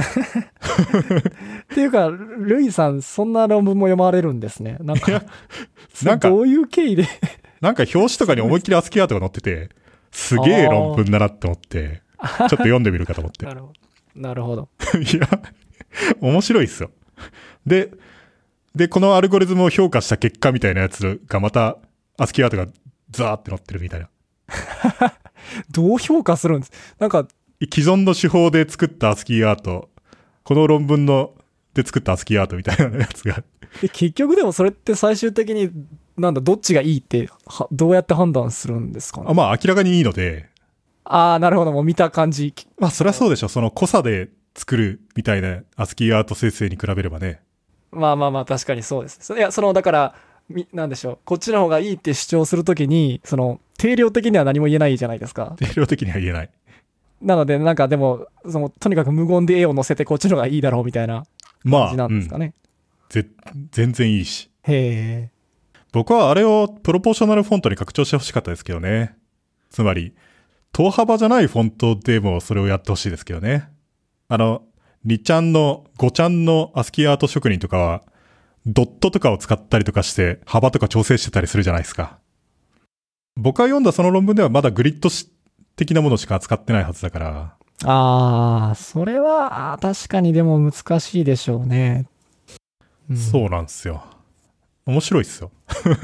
っていうか、ルイさん、そんな論文も読まれるんですね。なんか、 なんかどういう経緯でなんか表紙とかに思いっきりアスキーアートが載ってて、すげえ論文だなって思って、ちょっと読んでみるかと思って。 なるほど。なるほど。 いや、面白いっすよ。で、で、このアルゴリズムを評価した結果みたいなやつがまた、アスキーアートがザーって載ってるみたいな。 どう評価するんですなんか、 既存の手法で作ったアスキーアート、この論文ので作ったアスキーアートみたいなやつが。 で結局でもそれって最終的に、なんだ、どっちがいいっては、どうやって判断するんですかね。 あ、まあ明らかにいいので。 ああ、なるほど。もう見た感じ。 まあそりゃそうでしょ。その濃さで作るみたいなアスキーアート生成に比べればね。 まあまあまあ、確かにそうです。いや、その、だから、み、なんでしょう。こっちの方がいいって主張するときに、その、定量的には何も言えないじゃないですか。 定量的には言えない。 なので、なんかでも、その、とにかく無言で絵を載せてこっちの方がいいだろうみたいな感じなんですかね。 まあ、うん、ぜ、全然いいし。 へえ。 僕はあれをプロポーショナルフォントに拡張してほしかったですけどね。つまり、等幅じゃないフォントでもそれをやってほしいですけどね。あの、にちゃんの、ごちゃんのアスキーアート職人とかは、ドットとかを使ったりとかして、幅とか調整してたりするじゃないですか。僕が読んだその論文ではまだグリッド的なものしか扱ってないはずだから。 ああ、それは、あ確かにでも難しいでしょうね。 うん、そうなんですよ。面白いっすよ。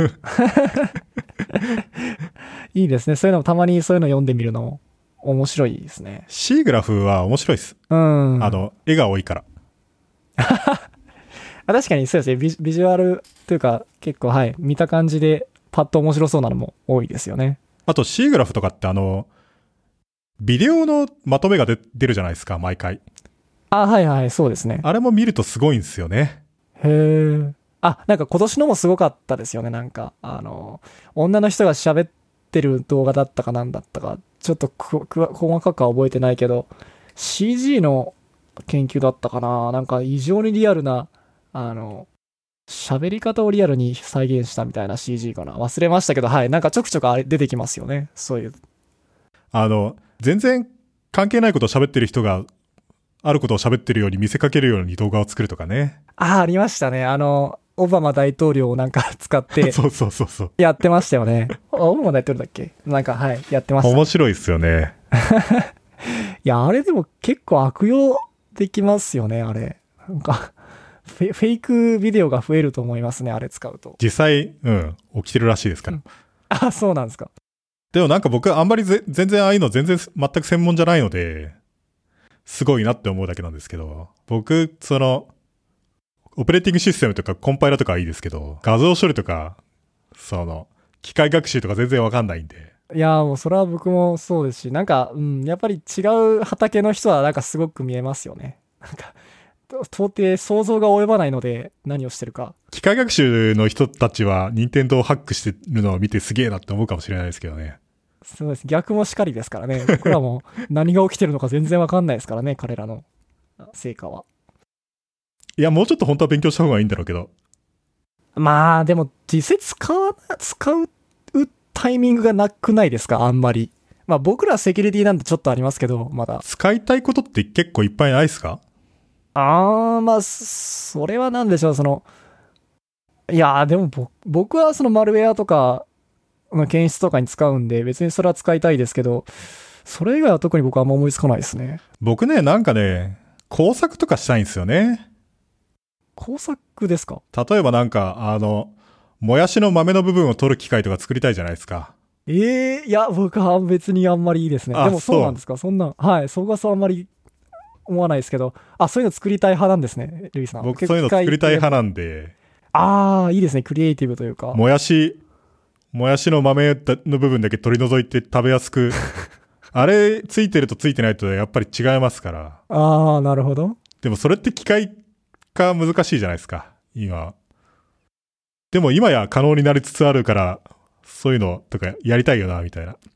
いいですね。そういうのもたまにそういうの読んでみるのも面白いですね。 C グラフは面白いっす。 うん。 あの、絵が多いから。 確かにそうですねビ。ビジュアルというか結構はい、見た感じでパッと面白そうなのも多いですよね。 あと C グラフとかってあの、ビデオのまとめが出るじゃないですか、毎回。 あ、はいはい、そうですね。 あれも見るとすごいんですよね。 へー。あ、なんか今年のもすごかったですよね。なんか、あの、女の人が喋ってる動画だったかなんだったか、ちょっとくく細かくは覚えてないけど、シージー の研究だったかな。なんか異常にリアルな、あの、喋り方をリアルに再現したみたいな シージー かな。忘れましたけど、はい。なんかちょくちょくあれ出てきますよね。そういう。 あの、全然関係ないことを喋ってる人が、あることを喋ってるように見せかけるように動画を作るとかね。 ああ、ありましたね。あの、オバマ大統領をなんか使って。 そうそうそうそう。 やってましたよね。オバマ大統領だっけなんか、はい、やってました。 面白いっすよね。 いや、あれでも結構悪用できますよね、あれ。なんかフェ、フェイクビデオが増えると思いますね、あれ使うと。 実際、うん、起きてるらしいですから。うん、 あ、そうなんですか。 でもなんか僕あんまりぜ全然ああいうの全然全く専門じゃないので、すごいなって思うだけなんですけど、僕、その、オペレーティングシステムとかコンパイラとかはいいですけど、画像処理とか、その、機械学習とか全然わかんないんで。 いやーもうそれは僕もそうですし、なんか、うん、やっぱり違う畑の人はなんかすごく見えますよね。なんか、 到底想像が及ばないので、何をしてるか。 機械学習の人たちは任天堂をハックしてるのを見てすげえなって思うかもしれないですけどね。 そうです。逆もしかりですからね。僕らも何が起きてるのか全然わかんないですからね、彼らの成果は。 いや、もうちょっと本当は勉強した方がいいんだろうけど。 まあ、でも実際使わ、使うタイミングがなくないですか、あんまり。まあ僕らセキュリティなんてちょっとありますけど、まだ。 使いたいことって結構いっぱいないですか？ あー、まあ、それはなんでしょう、その、いやー、でも僕、僕はそのマルウェアとか、検出とかに使うんで、別にそれは使いたいですけど、それ以外は特に僕はあんま思いつかないですね。 僕ね、なんかね、工作とかしたいんですよね。 工作ですか？ 例えばなんか、あの、もやしの豆の部分を取る機械とか作りたいじゃないですか。 ええー、いや、僕は別にあんまりいいですね。でもそうなんですか？そんな、はい、そこはそうあんまり思わないですけど、あ、そういうの作りたい派なんですね、ルイさん。 僕そういうの作りたい派なんで。 ああ、いいですね、クリエイティブというか。 もやし、もやしの豆の部分だけ取り除いて食べやすく、あれついてるとついてないとやっぱり違いますから。 ああ、なるほど。 でもそれって機械化難しいじゃないですか、今。でも今や可能になりつつあるから、そういうのとかやりたいよな、みたいな。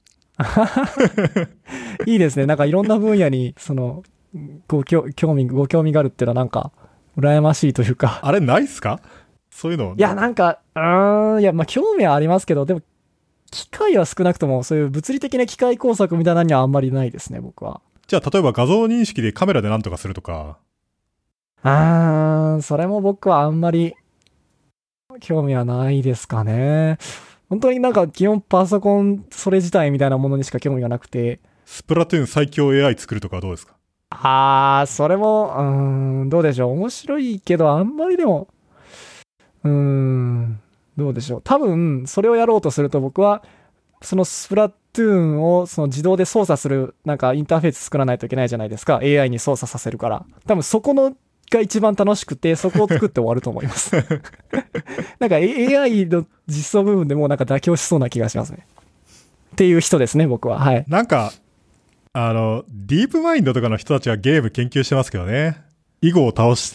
いいですね。なんかいろんな分野に、その、ご興味、ご興味があるっていうのはなんか、羨ましいというか。 あれないっすか？そういうの。 いや、なんか、うーん、いや、まあ、興味はありますけど、でも、機械は少なくとも、そういう物理的な機械工作みたいなのにはあんまりないですね、僕は。 じゃあ、例えば画像認識でカメラで何とかするとか。 あー、それも僕はあんまり、興味はないですかね。本当になんか基本パソコンそれ自体みたいなものにしか興味がなくて。 スプラトゥーン最強 エーアイ 作るとかはどうですか？ あー、それも、うーん、どうでしょう。面白いけど、あんまりでも、うーん、どうでしょう。多分、それをやろうとすると僕は、そのスプラトゥーンをその自動で操作する、なんかインターフェース作らないといけないじゃないですか。エーアイ に操作させるから。多分そこのが一番楽しくて、そこを作って終わると思います。なんか エーアイ の実装部分でもうなんか妥協しそうな気がしますね。っていう人ですね、僕は。はい。 なんか、あの、ディープマインドとかの人たちはゲーム研究してますけどね。囲碁を倒して、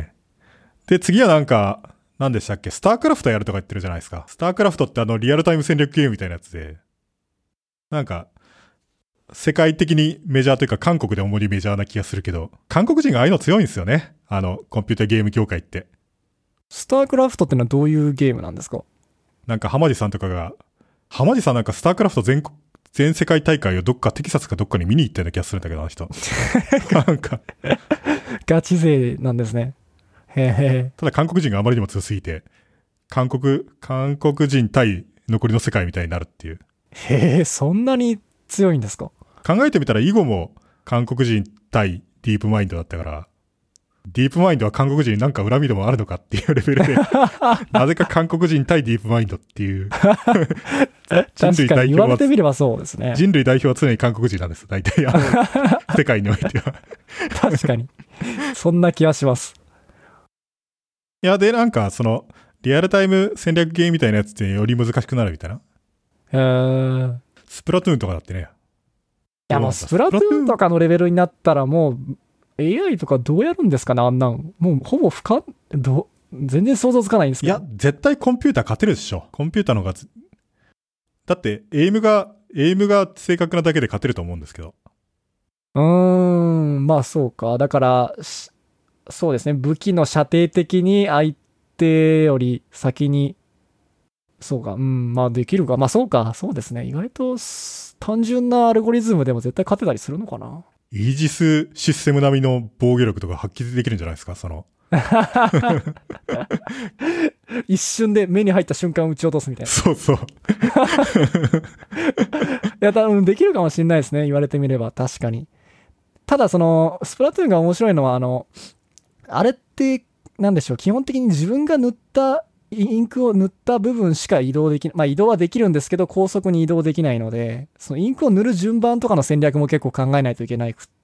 で、次はなんか、何でしたっけ？スタークラフトやるとか言ってるじゃないですか。スタークラフトってあの、リアルタイム戦略ゲームみたいなやつで、なんか、世界的にメジャーというか韓国で主にメジャーな気がするけど、韓国人がああいうの強いんですよね。あの、コンピューターゲーム業界って。 スタークラフトってのはどういうゲームなんですか？ なんか浜地さんとかが、浜地さんなんかスタークラフト全国、全世界大会をどっかテキサスかどっかに見に行ったような気がするんだけど、あの人。なんか。 ガチ勢なんですね。へへ。 ただ韓国人があまりにも強すぎて、韓国、韓国人対残りの世界みたいになるっていう。 へえ、そんなに強いんですか？ 考えてみたら囲碁も韓国人対ディープマインドだったから、ディープマインドは韓国人になんか恨みでもあるのかっていうレベルで、なぜか韓国人対ディープマインドっていう。 人類代表は確かに言われてみればそうですね。 人類代表は常に韓国人なんです。大体、あの、世界においては。 確かに。そんな気はします。 いや、で、なんか、その、リアルタイム戦略ゲームみたいなやつってより難しくなるみたいな。 へー。 スプラトゥーンとかだってね。 いや、もうスプラトゥーンとかのレベルになったらもう、エーアイ とかどうやるんですかね、あんなん。もうほぼ不可、ど、全然想像つかないんですけど。 いや、絶対コンピューター勝てるでしょ。コンピューターの方が、だって、エイムが、エイムが正確なだけで勝てると思うんですけど。 うーん、まあそうか。だから、そうですね。武器の射程的に相手より先に、そうか。うん、まあできるか。まあそうか。そうですね。意外と単純なアルゴリズムでも絶対勝てたりするのかな。 イージスシステム並みの防御力とか発揮できるんじゃないですか、その。 一瞬で目に入った瞬間撃ち落とすみたいな。 そうそう。いや、多分できるかもしれないですね。言われてみれば。確かに。ただその、スプラトゥーンが面白いのは、あの、あれって、なんでしょう。基本的に自分が塗った、インクを塗った部分しか移動できない。まあ移動はできるんですけど、高速に移動できないので、そのインクを塗る順番とかの戦略も結構考えないといけなくって、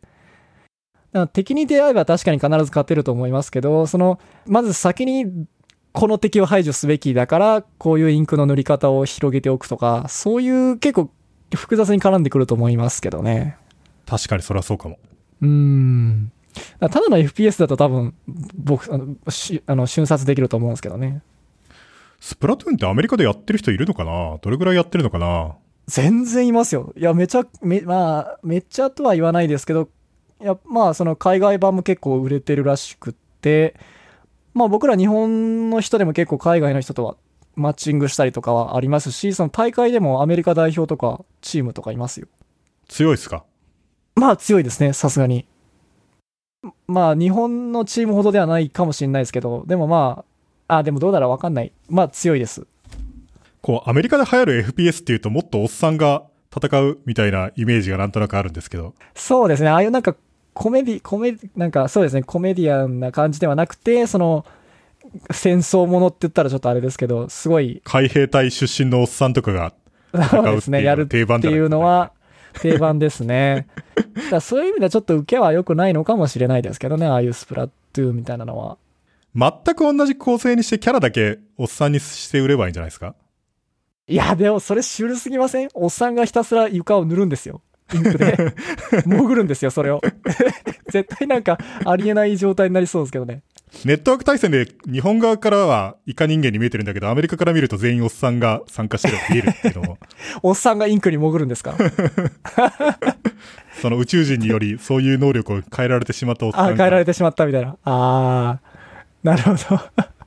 だから敵に出会えば確かに必ず勝てると思いますけど、その、まず先にこの敵を排除すべきだから、こういうインクの塗り方を広げておくとか、そういう結構複雑に絡んでくると思いますけどね。 確かにそれはそうかも。 うーん。 ただの エフピーエス だと多分、僕、あの、しあの瞬殺できると思うんですけどね。 スプラトゥーンってアメリカでやってる人いるのかな？どれぐらいやってるのかな？ 全然いますよ。いや、めちゃ、め、まあ、めっちゃとは言わないですけど、いや、まあ、その海外版も結構売れてるらしくって、まあ僕ら日本の人でも結構海外の人とはマッチングしたりとかはありますし、その大会でもアメリカ代表とかチームとかいますよ。 強いですか？ まあ強いですね、さすがに。まあ日本のチームほどではないかもしれないですけど、でもまあ、あ、でもどうだろうわかんない。まあ強いです。 こう、アメリカで流行る エフピーエス っていうともっとおっさんが戦うみたいなイメージがなんとなくあるんですけど。 そうですね、ああいうなんかコメディ、コメディ、なんかそうですね、コメディアンな感じではなくて、その、戦争ものって言ったらちょっとあれですけど、すごい。 海兵隊出身のおっさんとかが戦うっていうのは定番っていうのは定番ですね。だからそういう意味ではちょっと受けは良くないのかもしれないですけどね、ああいうスプラトゥーンみたいなのは。 全く同じ構成にしてキャラだけおっさんにして売ればいいんじゃないですか？ いや、でもそれシュールすぎません？おっさんがひたすら床を塗るんですよ。インクで。潜るんですよ、それを。絶対なんかありえない状態になりそうですけどね。 ネットワーク対戦で日本側からはイカ人間に見えてるんだけど、アメリカから見ると全員おっさんが参加してるって見えるっていうのも。 おっさんがインクに潜るんですか？ その宇宙人によりそういう能力を変えられてしまったおっさんが。 あ、変えられてしまったみたいな。あー、なるほど。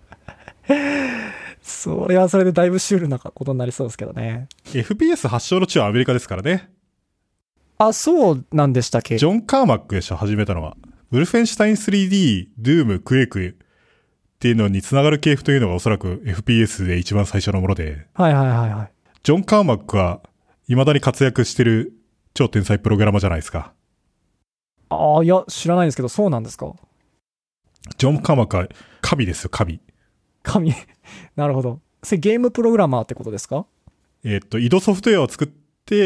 それはそれでだいぶシュールなことになりそうですけどね。 エフピーエス 発祥の地はアメリカですからね。 あ、そうなんでしたっけ？ ジョン・カーマックでした、始めたのは。ウルフェンシュタイン スリーディー、ドゥーム、クエイクっていうのにつながる系譜というのがおそらく エフピーエス で一番最初のもので。 はいはいはいはい。 ジョン・カーマックは未だに活躍してる超天才プログラマーじゃないですか。 ああ、いや、知らないですけど、そうなんですか？ ジョン・カーマックは神ですよ、神。 神。なるほど。それゲームプログラマーってことですか？ えーっと、井戸ソフトウェアを作って、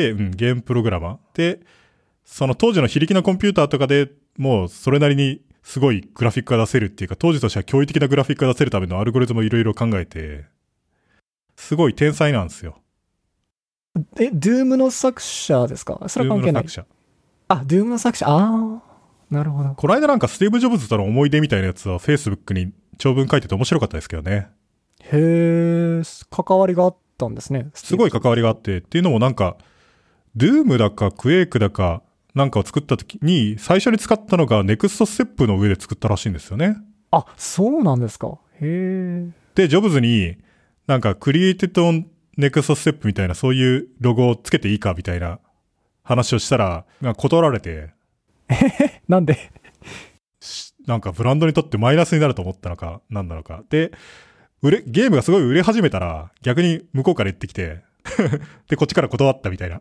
うん、ゲームプログラマー。で、その当時の非力なコンピューターとかでもうそれなりにすごいグラフィックが出せるっていうか、当時としては驚異的なグラフィックが出せるためのアルゴリズムをいろいろ考えて、すごい天才なんですよ。 え、ドゥームの作者ですか？それは関係ない。 ドゥームの作者。 あ、ドゥームの作者。ああ、なるほど。 この間なんかスティーブ・ジョブズとの思い出みたいなやつは Facebook に長文書いてて面白かったですけどね。 へえ、関わりがあったんですね。 すごい関わりがあって、っていうのもなんか、ドゥームだかクエイクだかなんかを作った時に最初に使ったのがネクストステップの上で作ったらしいんですよね。 あ、そうなんですか。へえ。 で、ジョブズになんかクリエイティッドオンネクストステップみたいなそういうロゴをつけていいかみたいな話をしたら、断られて。 えなんで？ なんかブランドにとってマイナスになると思ったのか何なのか。で、売れ、ゲームがすごい売れ始めたら逆に向こうから言ってきてで、こっちから断ったみたいな。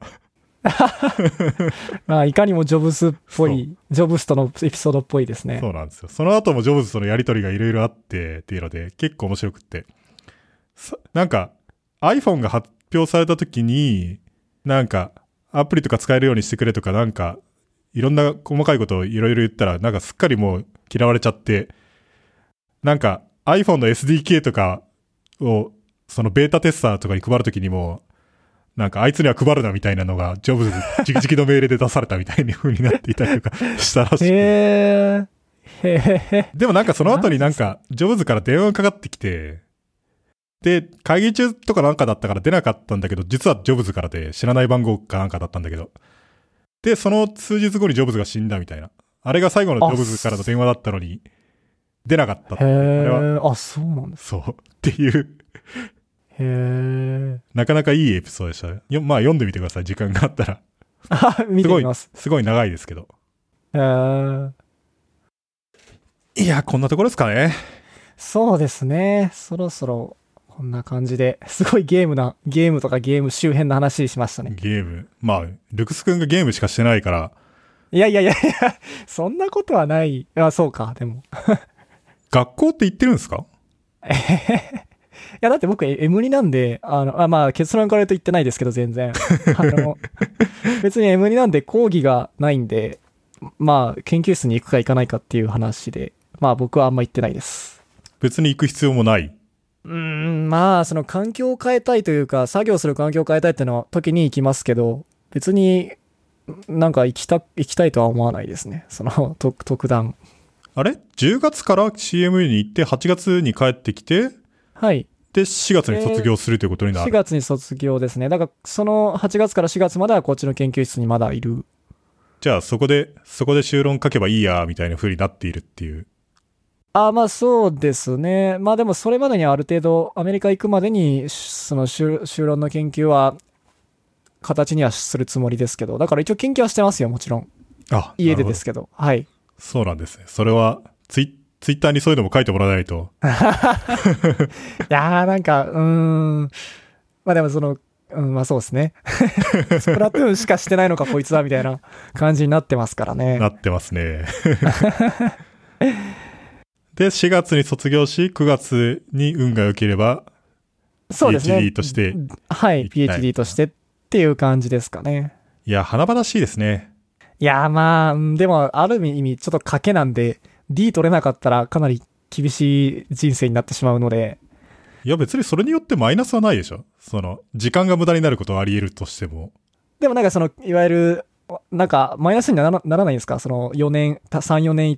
まあ、いかにもジョブズっぽい、ジョブズとのエピソードっぽいですね。 そうなんですよ。その後もジョブズとのやりとりがいろいろあってっていうので結構面白くって。なんか iPhone が発表された時になんかアプリとか使えるようにしてくれとかなんかいろんな細かいことをいろいろ言ったらなんかすっかりもう嫌われちゃって、なんか iPhone の エスディーケー とかをそのベータテスターとかに配るときにもなんかあいつには配るなみたいなのがジョブズ直々の命令で出されたみたいな風になっていたりとかしたらしくて。 へー。へー。 でもなんかその後になんかジョブズから電話がかかってきて、で会議中とかなんかだったから出なかったんだけど、実はジョブズからで知らない番号かなんかだったんだけど、でその数日後にジョブズが死んだみたいな、あれが最後のジョブズからの電話だったのに出なかったって。 へあれー。 はあ、そうなんです。 そうっていうへー。 なかなかいいエピソードでしたね。よまあ読んでみてください、時間があったら。 あ、見てみます。 すごい、すごい長いですけど。 へー。 いや、こんなところですかね。 そうですね。そろそろこんな感じで、すごいゲームな、ゲームとかゲーム周辺の話しましたね。 ゲーム。まあ、ルクス君がゲームしかしてないから。 いやいやいやいや、そんなことはない。あ、そうか、でも。 学校って行ってるんですか？ えへへ。いや、だって僕 エムツー なんで、あの、あまあ結論から言うと言ってないですけど、全然。あの、別に エムツー なんで講義がないんで、まあ研究室に行くか行かないかっていう話で、まあ僕はあんま行ってないです。 別に行く必要もない。 うーん、まあその環境を変えたいというか、作業する環境を変えたいっていうのは時に行きますけど、別になんか行きた、行きたいとは思わないですね。その、特、特段。 あれ ?じゅう 月から シーエムユー に行って、はちがつに帰ってきて、 はい。 で、しがつに卒業するということになる。 しがつに卒業ですね。だから、そのはちがつからしがつまではこっちの研究室にまだいる。 じゃあ、そこで、そこで修論書けばいいや、みたいな風になっているっていう。 あ、まあそうですね。まあでもそれまでにある程度、アメリカ行くまでに、その修修論の研究は、形にはするつもりですけど、だから一応研究はしてますよ、もちろん。 あ、 家でですけど。はい。 そうなんですね。それは、ツイ、ツイッターにそういうのも書いてもらわないと。 いやーなんか、うーん。まあでもその、うん、まあそうですね。スプラトゥーンしかしてないのかこいつはみたいな感じになってますからね。 なってますね。で、しがつに卒業し、くがつに運が良ければ、 そうですね。 ピーエイチディー として。 はい、ピーエイチディー としてっていう感じですかね。 いや、華々しいですね。 いや、まあ、でも、ある意味、ちょっと賭けなんで、D 取れなかったらかなり厳しい人生になってしまうので。 いや、別にそれによってマイナスはないでしょ。その、時間が無駄になることはあり得るとしても。 でもなんかその、いわゆる、なんか、マイナスにならならないんですか？その、よねん、さん、よねん行って、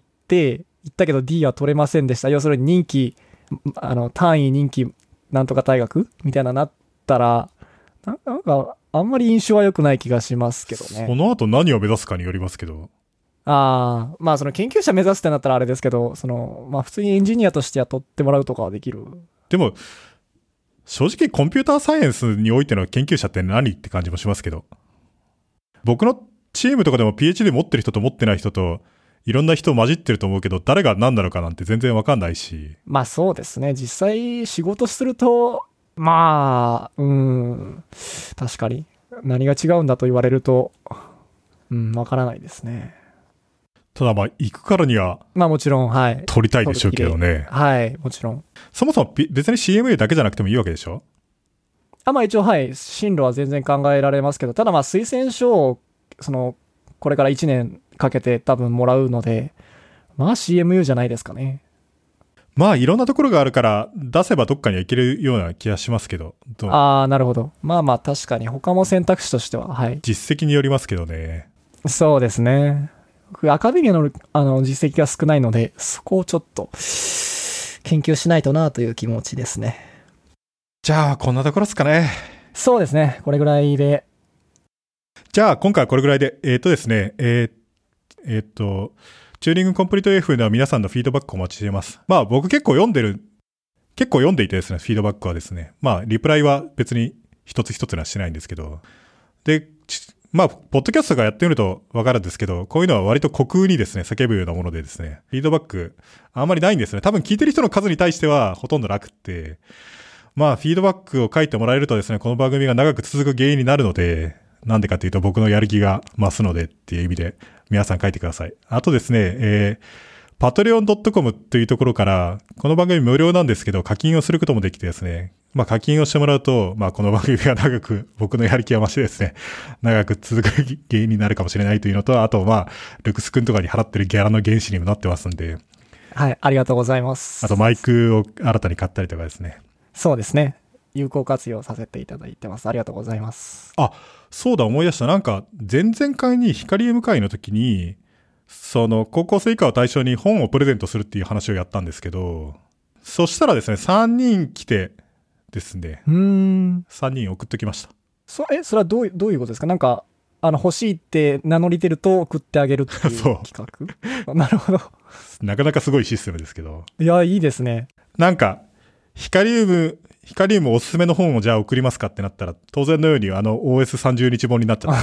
行ったけど D は取れませんでした。要するに任期、あの、単位任期、なんとか大学みたいななったら、なんか、あんまり印象は良くない気がしますけどね。 その後何を目指すかによりますけど。 ああ、まあその研究者目指すってなったらあれですけど、その、まあ普通にエンジニアとして雇ってもらうとかはできる。 でも、正直コンピューターサイエンスにおいての研究者って何って感じもしますけど。僕のチームとかでも ピーエイチディー 持ってる人と持ってない人と、いろんな人混じってると思うけど、誰が何なのかなんて全然わかんないし。 まあそうですね。実際仕事すると、まあ、うーん、確かに。何が違うんだと言われると、うん、わからないですね。 ただまあ、行くからには、 まあもちろん、はい。 取りたいでしょうけどね。 はい、もちろん。 そもそも別に シーエムユー だけじゃなくてもいいわけでしょ？ あ、まあ一応、はい、進路は全然考えられますけど、ただまあ推薦書を、その、これからいちねんかけて多分もらうので、まあ シーエムユー じゃないですかね。 まあいろんなところがあるから出せばどっかには行けるような気がしますけど。 ああ、なるほど。まあまあ確かに他も選択肢としては、はい。 実績によりますけどね。 そうですね。アカデミアのあの実績が少ないので、そこをちょっと研究しないとなという気持ちですね。 じゃあこんなところですかね。 そうですね。これぐらいで。 じゃあ今回はこれぐらいで、えっとですね、えー、えー、っと、チューリングコンプリート エフ では皆さんのフィードバックをお待ちしています。まあ僕結構読んでる、結構読んでいてですね、フィードバックはですね。まあリプライは別に一つ一つにはしてないんですけど。で、まあ、ポッドキャストがやってみるとわかるんですけど、こういうのは割と虚空にですね、叫ぶようなものでですね、フィードバックあんまりないんですね。多分聞いてる人の数に対してはほとんどなくって、まあフィードバックを書いてもらえるとですね、この番組が長く続く原因になるので、なんでかっていうと僕のやる気が増すのでっていう意味で皆さん書いてください。あとですね、えー、パトレオンドットコム というところから、この番組無料なんですけど課金をすることもできてですね、まあ課金をしてもらうと、まあこの番組が長く、僕のやる気が増してですね、長く続く原因になるかもしれないというのと、あとまあ、ルクス君とかに払ってるギャラの原資にもなってますんで。 はい、ありがとうございます。 あとマイクを新たに買ったりとかですね。 そうですね。有効活用させていただいてます。ありがとうございます。 あ、そうだ思い出した。なんか、前々回に光 M 会の時に、その高校生以下を対象に本をプレゼントするっていう話をやったんですけど、そしたらですね、さんにん来てですね、 うーん。 さんにん送っときました。 そ、え、それはどういう、どういうことですか？なんか、あの、欲しいって名乗り出ると送ってあげるっていう企画なるほど。 なかなかすごいシステムですけど。 いや、いいですね。 なんか、ヒカリウム、ヒカリウムおすすめの本をじゃあ送りますかってなったら、当然のようにあの オーエスさんじゅう 日本になっちゃった。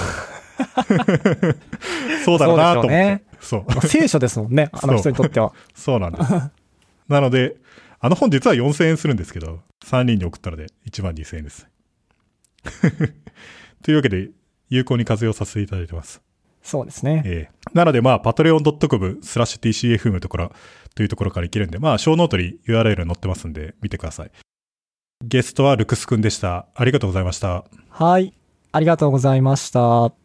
そうだろうなと思って。そう。 まあ、聖書ですもんね、あの人にとっては。 そうなんです。なので、あの本実はよんせんえんするんですけど、さんにんに送ったのでいちまんにせんえんです。というわけで、有効に活用させていただいてます。 そうですね。 えー、なので、まあ、パトレオンドットコムスラッシュティーシーエフエム のところ、というところからいけるんで、まあ、小ノートに ユーアールエル 載ってますんで、見てください。ゲストはルクスくんでした。ありがとうございました。 はい。ありがとうございました。